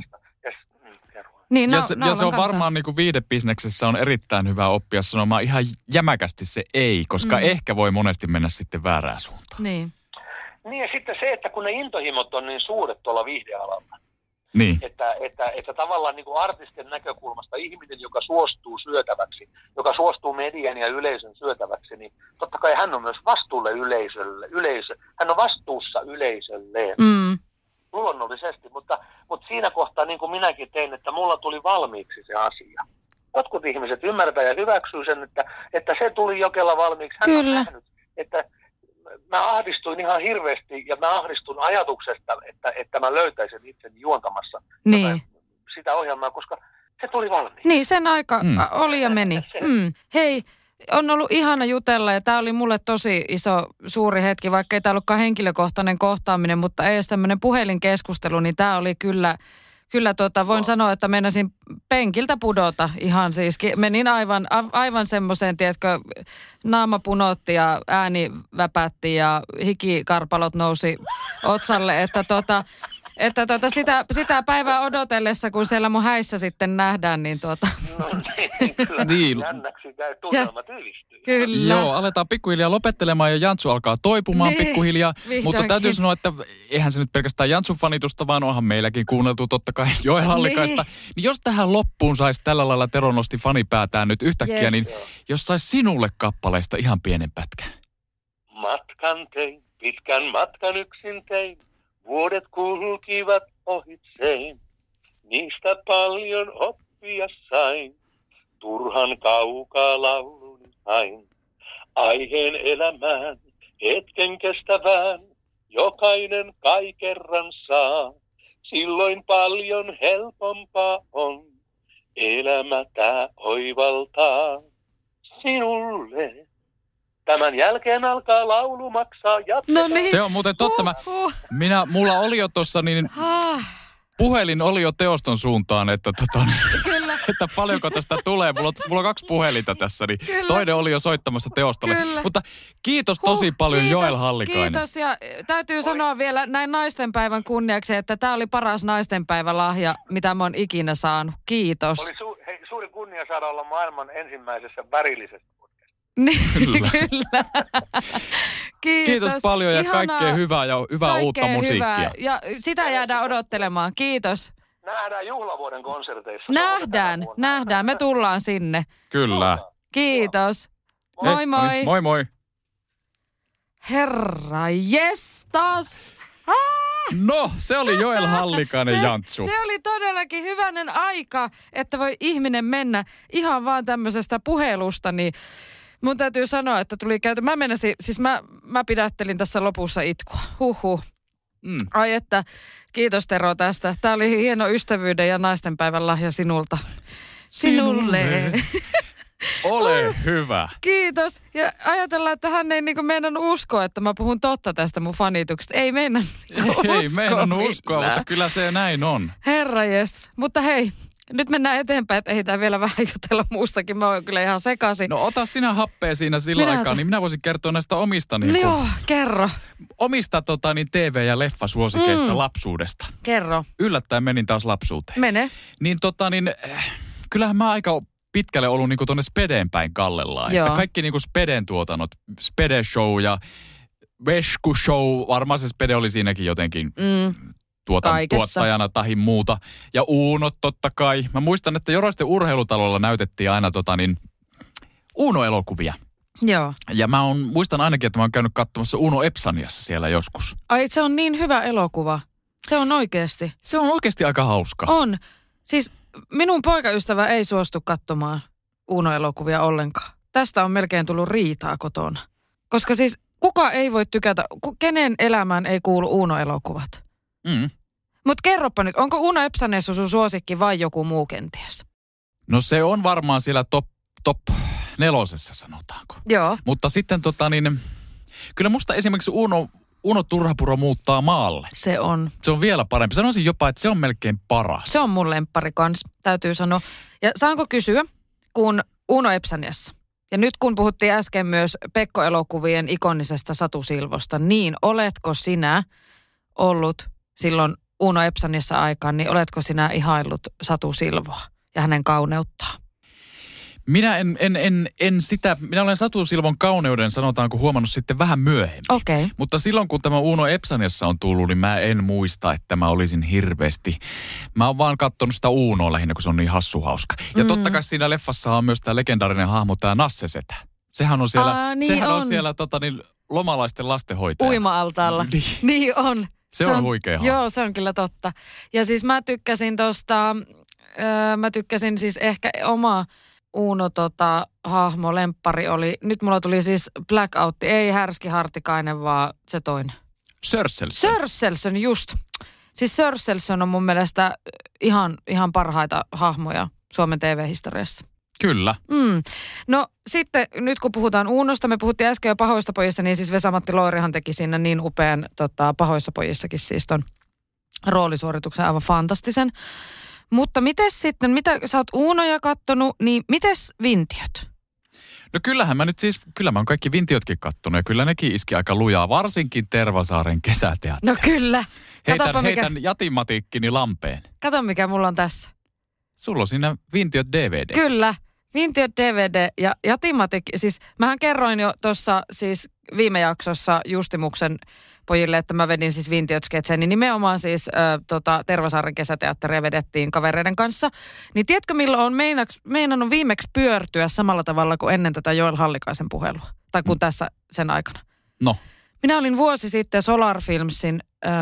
se on varmaan niin kuin viihdebisneksessä on erittäin hyvä oppia sanomaan ihan jämäkästi se ei, koska ehkä voi monesti mennä sitten väärään suuntaan. Niin ja sitten se, että kun ne intohimot on niin suuret tuolla viihdealalla, että tavallaan niin kuin artistin näkökulmasta ihminen, joka suostuu syötäväksi, joka suostuu median ja yleisön syötäväksi, niin totta kai hän on myös vastuulle hän on vastuussa yleisölleen. Luonnollisesti, mutta siinä kohtaa niin kuin minäkin tein, että mulla tuli valmiiksi se asia. Jotkut ihmiset ymmärtää ja hyväksyy sen, että se tuli Jokela valmiiksi. Hän on nähnyt, että mä ahdistuin ihan hirveästi ja mä ahdistun ajatuksesta, että mä löytäisin itseni juontamassa sitä ohjelmaa, koska se tuli valmiiksi. Niin, sen aika oli ja meni. Hei, on ollut ihana jutella ja tämä oli mulle tosi suuri hetki, vaikka ei tämä ollutkaan henkilökohtainen kohtaaminen, mutta edes tämmöinen puhelinkeskustelu, niin tämä oli kyllä voin sanoa, että meinasin penkiltä pudota ihan siis. Menin aivan semmoiseen, tiedätkö, naama punotti ja ääni väpätti ja hikikarpalot nousi otsalle, että sitä päivää odotellessa, kun siellä mun häissä sitten nähdään, niin No niin, kyllä. Jännäksi käy tunnelma tyylistyy. Kyllä. Joo, aletaan pikkuhiljaa lopettelemaan ja Jantsu alkaa toipumaan pikkuhiljaa. Vihdoinkin. Mutta täytyy sanoa, että eihän se nyt pelkästään Jantsun fanitusta, vaan onhan meilläkin kuunneltu totta kai Joel Hallikaista. Niin jos tähän loppuun saisi tällä lailla Tero nosti fanipäätään nyt yhtäkkiä, niin jos saisi sinulle kappaleista ihan pienen pätkän. Matkan tein, pitkän matkan yksin tein. Vuodet kulkivat ohitsein, niistä paljon oppia sain. Turhan kaukaa laulun hain, aiheen elämään, hetken kestävään. Jokainen kai kerran saa, silloin paljon helpompaa on. Elämä tää oivaltaa sinulle. Tämän jälkeen alkaa laulu maksaa jatketaan. No niin. Se on muuten totta. Mulla oli jo tuossa niin... Puhelin oli jo teoston suuntaan, että paljonko tästä tulee. Mulla on 2 puhelinta tässä, niin toinen oli jo soittamassa teostolle. Kyllä. Mutta kiitos tosi paljon Joel Hallikainen. Kiitos ja täytyy sanoa vielä näin naistenpäivän kunniaksi, että tämä oli paras naistenpäivän lahja, mitä mä oon ikinä saanut. Kiitos. Oli suuri kunnia saada olla maailman ensimmäisessä värillisessä. Niin, kyllä. Kiitos paljon ja kaikkea hyvää ja hyvää uutta musiikkia. Hyvää. Ja sitä jäädään odottelemaan. Kiitos. Nähdään juhlavuoden konserteissa. Nähdään. Me tullaan sinne. Kyllä. Kiitos. Moi moi. Moi moi. Herra jestas. No, se oli Joel Hallikainen, Jantsu. Se oli todellakin hyvänen aika, että voi ihminen mennä ihan vaan tämmöisestä puhelusta, niin mun täytyy sanoa, että tuli käyty. Mä pidättelin tässä lopussa itkua. Huhhuh. Ai että, kiitos Tero tästä. Tää oli hieno ystävyyden ja naistenpäivän lahja sinulta. Sinulle. Ole hyvä. Kiitos. Ja ajatellaan, että hän ei niinku meinannut uskoa, että mä puhun totta tästä mun fanituksesta. Ei meinannut uskoa, mutta kyllä se näin on. Herranjestas. Mutta hei, nyt mennään eteenpäin, että ehditään vielä vähän jutella muustakin. Mä oon kyllä ihan sekaisin. No ota sinä happea siinä sillä aikaa, niin minä voisin kertoa näistä omista Joo, kerro. Omista TV- ja leffasuosikeista lapsuudesta. Kerro. Yllättäen menin taas lapsuuteen. Mene. Niin kyllähän mä aika pitkälle ollut niinku tonne Spedeen päin kallellaan. Että kaikki niinku Speden tuotannot, Spede Show ja Vesku Show, varmaan se Spede oli siinäkin jotenkin tuottajana tai muuta. Ja Uunot totta kai. Mä muistan, että Joroisten urheilutalolla näytettiin aina Uuno-elokuvia. Joo. Ja muistan ainakin, että mä oon käynyt katsomassa Uno Epsaniassa siellä joskus. Ai, se on niin hyvä elokuva. Se on oikeasti. Se on oikeasti aika hauska. On. Siis minun poikaystävä ei suostu katsomaan Uuno-elokuvia ollenkaan. Tästä on melkein tullut riitaa kotona. Koska siis kuka ei voi tykätä, kenen elämään ei kuulu Uuno-elokuvat. Mutta kerropa nyt, onko Uuno Epsäniessä sun suosikki vai joku muu kenties? No se on varmaan siellä top 4 sanotaanko. Joo. Mutta sitten kyllä musta esimerkiksi Uno Turhapuro muuttaa maalle. Se on vielä parempi. Sanoisin jopa, että se on melkein paras. Se on mun lemppari kans, täytyy sanoa. Ja saanko kysyä, kun Uuno Epsäniessä, ja nyt kun puhuttiin äsken myös Pekko-elokuvien ikonisesta Satu Silvosta, niin oletko sinä ollut silloin Uuno Epsäniessä aikaan, niin oletko sinä ihaillut Satu Silvoa ja hänen kauneuttaan? Minä minä olen Satu Silvon kauneuden sanotaanko huomannut sitten vähän myöhemmin. Okei. Okay. Mutta silloin kun tämä Uuno Epsäniessä on tullut, niin mä en muista, että mä olisin hirveästi. Mä oon vaan katsonut sitä Uunoa lähinnä, kun se on niin hauska. Ja totta kai siinä leffassa on myös tämä legendaarinen hahmo, tämä Nassesetä. Sehän on siellä, lomalaisten lastenhoitaja. Uima-altaalla. Niin on. Se on huikea hahmo. Joo, se on kyllä totta. Ja siis mä tykkäsin siis ehkä oma Uuno hahmo, lemppari oli, nyt mulla tuli siis Blackout, ei Härski Hartikainen, vaan se toinen. Sörselson, just. Siis Sörselson on mun mielestä ihan parhaita hahmoja Suomen TV-historiassa. Kyllä. No sitten nyt kun puhutaan Uunosta, me puhuttiin äsken jo Pahoista pojista, niin siis Vesa-Matti Loirihan teki siinä niin upean Pahoissa pojissakin siis ton roolisuorituksen aivan fantastisen. Mutta mites sitten, mitä sä oot Uunoja kattonut, niin mites Vintiöt? No kyllä mä oon kaikki Vintiötkin kattonut ja kyllä nekin iski aika lujaa, varsinkin Tervasaaren kesäteatteri. No kyllä. Heitän jatimatiikkini lampeen. Kato mikä mulla on tässä. Sulla on siinä Vintiöt DVD. Kyllä, Vintiöt DVD ja jatimatik. Siis mähän kerroin jo tuossa siis viime jaksossa Justimuksen pojille, että mä vedin siis Vintiöt-sketseen, niin nimenomaan siis Tervasaaren kesäteatteria vedettiin kavereiden kanssa. Niin tiedätkö milloin on meinannut viimeksi pyörtyä samalla tavalla kuin ennen tätä Joel Hallikaisen puhelua? Tai kuin tässä sen aikana. No. Minä olin vuosi sitten Solar Filmsin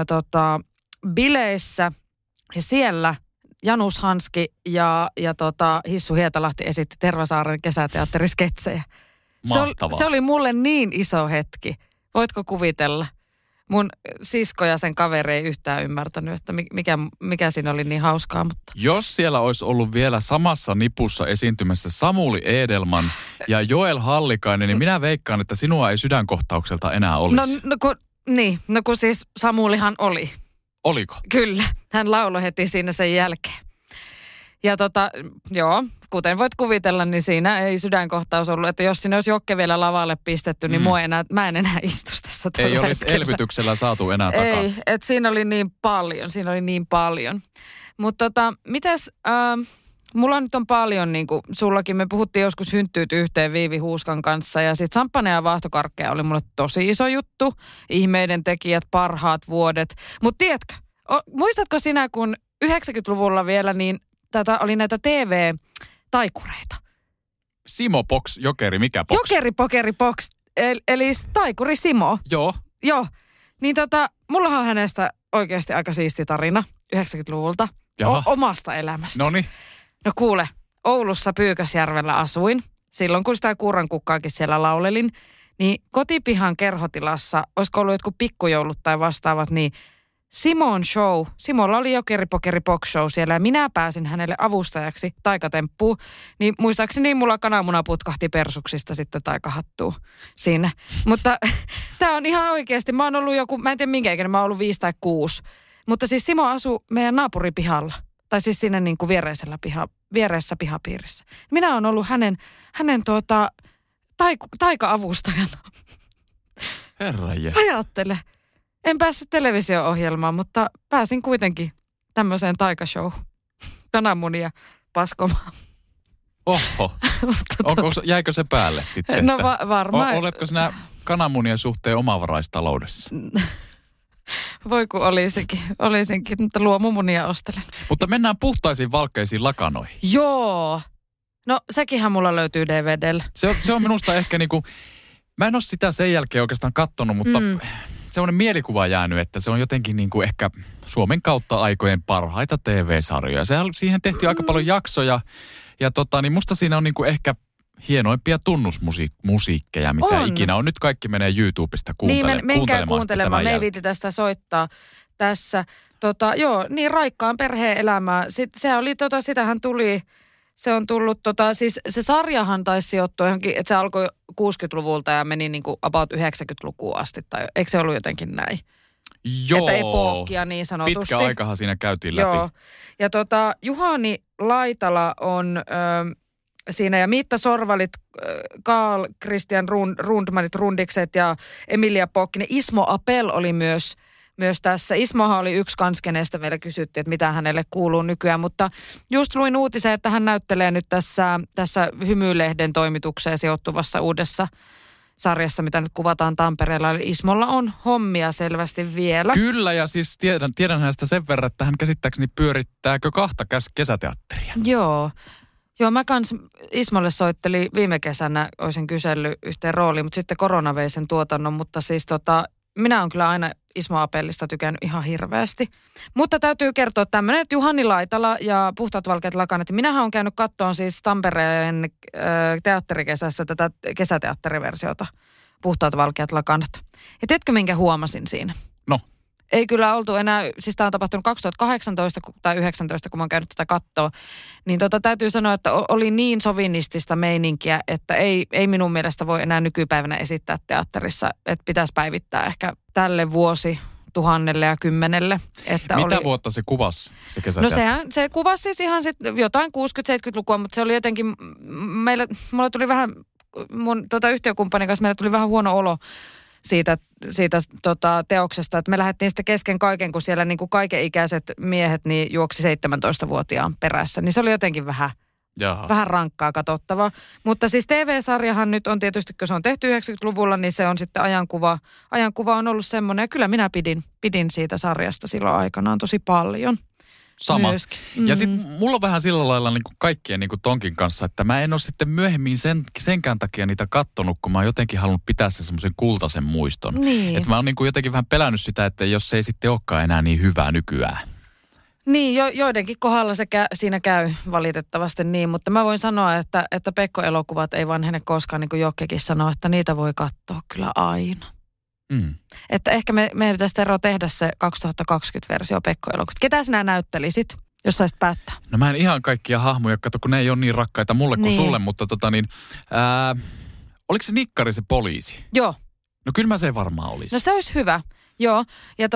bileissä ja siellä Janus Hanski ja Hissu Hietalahti esitti Tervasaaren kesäteatterisketsejä. Mahtavaa. Se oli mulle niin iso hetki. Voitko kuvitella? Mun sisko ja sen kaveri ei yhtään ymmärtänyt, että mikä siinä oli niin hauskaa. Mutta jos siellä olisi ollut vielä samassa nipussa esiintymässä Samuli Edelman ja Joel Hallikainen, niin minä veikkaan, että sinua ei sydänkohtaukselta enää olisi. No kun siis Samulihan oli. Oliko? Kyllä, hän lauloi heti siinä sen jälkeen. Ja joo, kuten voit kuvitella, niin siinä ei sydänkohtaus ollut, että jos sinne olisi Jokke vielä lavalle pistetty, niin mä en enää istu tässä. Ei olisi elvytyksellä saatu enää takaisin. Ei, että siinä oli niin paljon. Mutta mites, mulla nyt on paljon, niin kuin sullakin, me puhuttiin joskus Hynttyyt yhteen Viivi Huuskan kanssa, ja sitten Samppanea ja Vaahtokarkkeja oli mulle tosi iso juttu. Ihmeiden tekijät, parhaat vuodet. Mutta tiedätkö, muistatko sinä, kun 90-luvulla vielä, niin oli näitä TV-taikureita. Simo Box, Jokeri, mikä box? Jokeri, Pokeri, Box, eli taikuri Simo. Joo. Niin mullahan on hänestä oikeasti aika siisti tarina 90-luvulta. Omasta elämästä. Noniin. No kuule, Oulussa Pyykäsjärvellä asuin. Silloin kun sitä kurrankukkaakin siellä laulelin, niin kotipihan kerhotilassa, olisiko ollut jotkut pikkujoulut tai vastaavat, niin Simon show. Simolla oli Jokeri Pokeri Box show siellä ja minä pääsin hänelle avustajaksi taikatemppuun. Niin muistaakseni mulla kananmuna putkahti persuksista sitten taikahattuun siinä. Mutta tämä on ihan oikeasti. Mä oon ollut joku, mä en tiedä minkä ikäinen, mä oon ollut 5 tai 6. Mutta siis Simo asui meidän naapuripihalla. Tai siis siinä niin kuin viereisessä pihapiirissä. Minä oon ollut hänen taika-avustajana. Herranjestas. Ajattele. En päässyt televisio-ohjelmaan, mutta pääsin kuitenkin tämmöiseen taikashowhun. Kananmunia paskomaan. Oho. Jäikö se päälle sitten? No varmaan. Oletko sinä kananmunien suhteen omavaraistaloudessa? Voi kun olisinkin, mutta luomumunia ostelen. Mutta mennään puhtaisiin valkeisiin lakanoihin. Joo. No sekinhän mulla löytyy DVD:llä. Se on minusta ehkä niinku, mä en ole sitä sen jälkeen oikeastaan kattonut, mutta semmoinen mielikuva jäänyt, että se on jotenkin niin kuin ehkä Suomen kautta aikojen parhaita TV-sarjoja. Siihen tehtiin aika paljon jaksoja ja niin musta siinä on niin kuin ehkä hienoimpia tunnusmusiikkeja, mitä ikinä on. Nyt kaikki menee YouTubesta kuuntelemaan. Niin, menkää kuuntelemaan. Me ei viiti tästä soittaa tässä. Niin raikkaan perheen elämää. Se oli, sitähän tuli, se on tullut, siis se sarjahan taisi sijoittua johonkin, että se alkoi 60-luvulta ja meni niin kuin about 90-lukuun asti. Tai eikö se ollut jotenkin näin? Joo. Että epookkia niin sanotusti. Pitkä aikahan siinä käytiin läpi. Joo. Ja Juhani Laitala on siinä ja Miitta Sorvalit, Carl Christian Rundmanit, Rundikset ja Emilia Pookkinen. Ismo Apel oli myös tässä. Ismohan oli yksi kans, kenestä meille kysyttiin, että mitä hänelle kuuluu nykyään. Mutta just luin uutisen, että hän näyttelee nyt tässä Hymylehden toimitukseen sijoittuvassa uudessa sarjassa, mitä nyt kuvataan Tampereella. Eli Ismolla on hommia selvästi vielä. Kyllä, ja siis tiedän hänestä sen verran, että hän käsittääkseni pyörittääkö 2 kesäteatteria. Joo, mä kans Ismolle soittelin viime kesänä, olisin kysellyt yhteen rooliin, mutta sitten korona vei sen tuotannon, mutta siis minä olen kyllä aina Ismo Apellista tykännyt ihan hirveästi. Mutta täytyy kertoa tämmöinen, että Juhani Laitala ja Puhtaat valkeat lakanat. Minähän olen käynyt kattoon siis Tampereen teatterikesässä tätä kesäteatteriversiota Puhtaat valkeat lakanat. Ja tiedätkö, minkä huomasin siinä? No. Ei kyllä oltu enää, siis tämä on tapahtunut 2018 tai 2019, kun mä oon käynyt tätä kattoa. Niin täytyy sanoa, että oli niin sovinnistista meininkiä, että ei minun mielestä voi enää nykypäivänä esittää teatterissa. Että pitäisi päivittää ehkä tälle vuosi 1010. Että mitä vuotta se kuvasi, se kesäteatteri? No se kuvasi siis ihan jotain 60-70-lukua, mutta se oli jotenkin, mulla tuli vähän, mun yhtiökumppanin kanssa meillä tuli vähän huono olo siitä teoksesta, että me lähdettiin sitten kesken kaiken, kun siellä niin kuin kaikenikäiset miehet niin juoksi 17-vuotiaan perässä. Niin se oli jotenkin vähän rankkaa katsottavaa. Mutta siis TV-sarjahan nyt on tietysti, kun se on tehty 90-luvulla, niin se on sitten ajankuva. Ajankuva on ollut semmoinen, ja kyllä minä pidin siitä sarjasta silloin aikanaan tosi paljon. Sama. Ja sitten mulla on vähän sillä lailla niin kuin kaikkien niin kuin Tonkin kanssa, että mä en ole sitten myöhemmin senkään takia niitä kattonut, kun mä oon jotenkin halunnut pitää sen semmoisen kultaisen muiston. Niin. Että mä oon niin kuin jotenkin vähän pelännyt sitä, että jos se ei sitten olekaan enää niin hyvää nykyään. Niin, joidenkin kohdalla siinä käy valitettavasti niin, mutta mä voin sanoa, että Pekko-elokuvat ei vanhene koskaan, niin kuin Jokkekin sanoo, että niitä voi katsoa kyllä aina. Että ehkä meidän pitäisi Tero tehdä se 2020-versio Pekko-elokuvasta. Ketä sinä näyttelisit, jos saisit päättää? No mä en ihan kaikkia hahmoja katso, kun ne ei ole niin rakkaita mulle kuin sulle, mutta oliko se Nikkari se poliisi? Joo. No kyllä mä se varmaan olisi. No se olisi hyvä, joo. Ja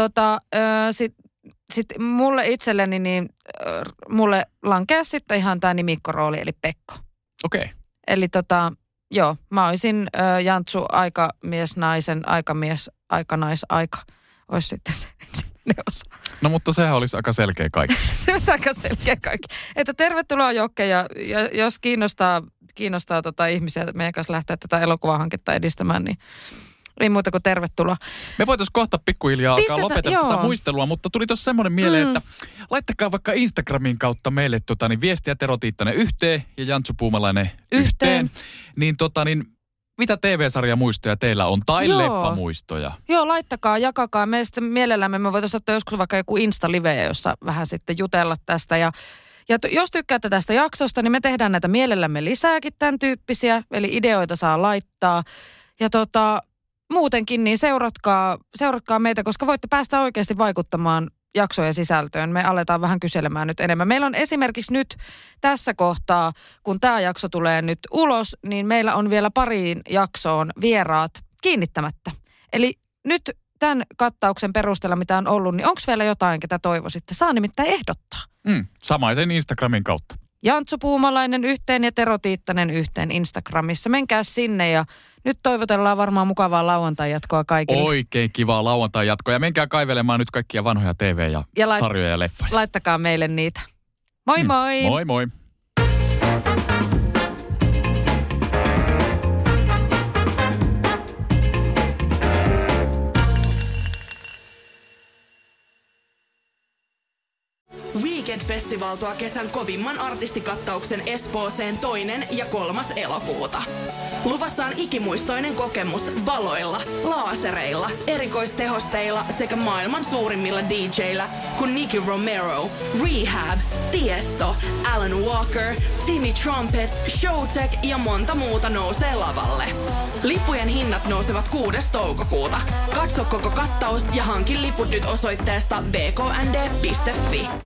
sitten mulle itselleni, niin mulle lankea sitten ihan tämä nimikkorooli, eli Pekko. Okei. Eli joo, mä olisin Jantsu, aikamies, naisen, aikamies, aikanaisa, olisi sitten se ensimmäinen osa. No mutta sehän olisi aika selkeä kaikki. Se olisi aika selkeä kaikki. Että tervetuloa Jokke, ja jos kiinnostaa ihmisiä meidän kanssa lähteä tätä elokuvahanketta edistämään, niin ei muuta kuin tervetuloa. Me voitaisiin kohta pikkuhiljaa alkaa lopetella tätä muistelua, mutta tuli tuossa semmoinen mieleen, että laittakaa vaikka Instagramin kautta meille viestiä Tero Tiittanen yhteen ja Jantsu Puumalainen yhteen. Niin mitä TV-sarja muistoja teillä on tai leffamuistoja? Joo, laittakaa, jakakaa. Me sitten mielellämme me voitaisiin ottaa joskus vaikka joku Insta-live, jossa vähän sitten jutella tästä. Ja jos tykkäätte tästä jaksosta, niin me tehdään näitä mielellämme lisääkin tämän tyyppisiä, eli ideoita saa laittaa. Ja muutenkin niin seuratkaa meitä, koska voitte päästä oikeasti vaikuttamaan jaksojen sisältöön. Me aletaan vähän kyselemään nyt enemmän. Meillä on esimerkiksi nyt tässä kohtaa, kun tämä jakso tulee nyt ulos, niin meillä on vielä pariin jaksoon vieraat kiinnittämättä. Eli nyt tämän kattauksen perusteella, mitä on ollut, niin onko vielä jotain, ketä toivoisitte? Saa nimittäin ehdottaa. Samaisen Instagramin kautta. Jantsu Puumalainen yhteen ja Tero Tiittanen yhteen Instagramissa. Menkää sinne ja nyt toivotellaan varmaan mukavaa lauantai-jatkoa kaikille. Oikein kivaa lauantai-jatkoa. Ja menkää kaivelemaan nyt kaikkia vanhoja TV- ja sarjoja ja leffoja. Laittakaa meille niitä. Moi moi! Moi moi! Weekend Festival tuo kesän kovimman artistikattauksen Espooseen 2. ja 3. elokuuta. Luvassa on ikimuistoinen kokemus valoilla, laasereilla, erikoistehosteilla sekä maailman suurimmilla DJillä kuin Nicky Romero, Rehab, Tiesto, Alan Walker, Timmy Trumpet, Showtek ja monta muuta nousee lavalle. Lippujen hinnat nousevat 6. toukokuuta. Katso koko kattaus ja hankin liput nyt osoitteesta bknd.fi.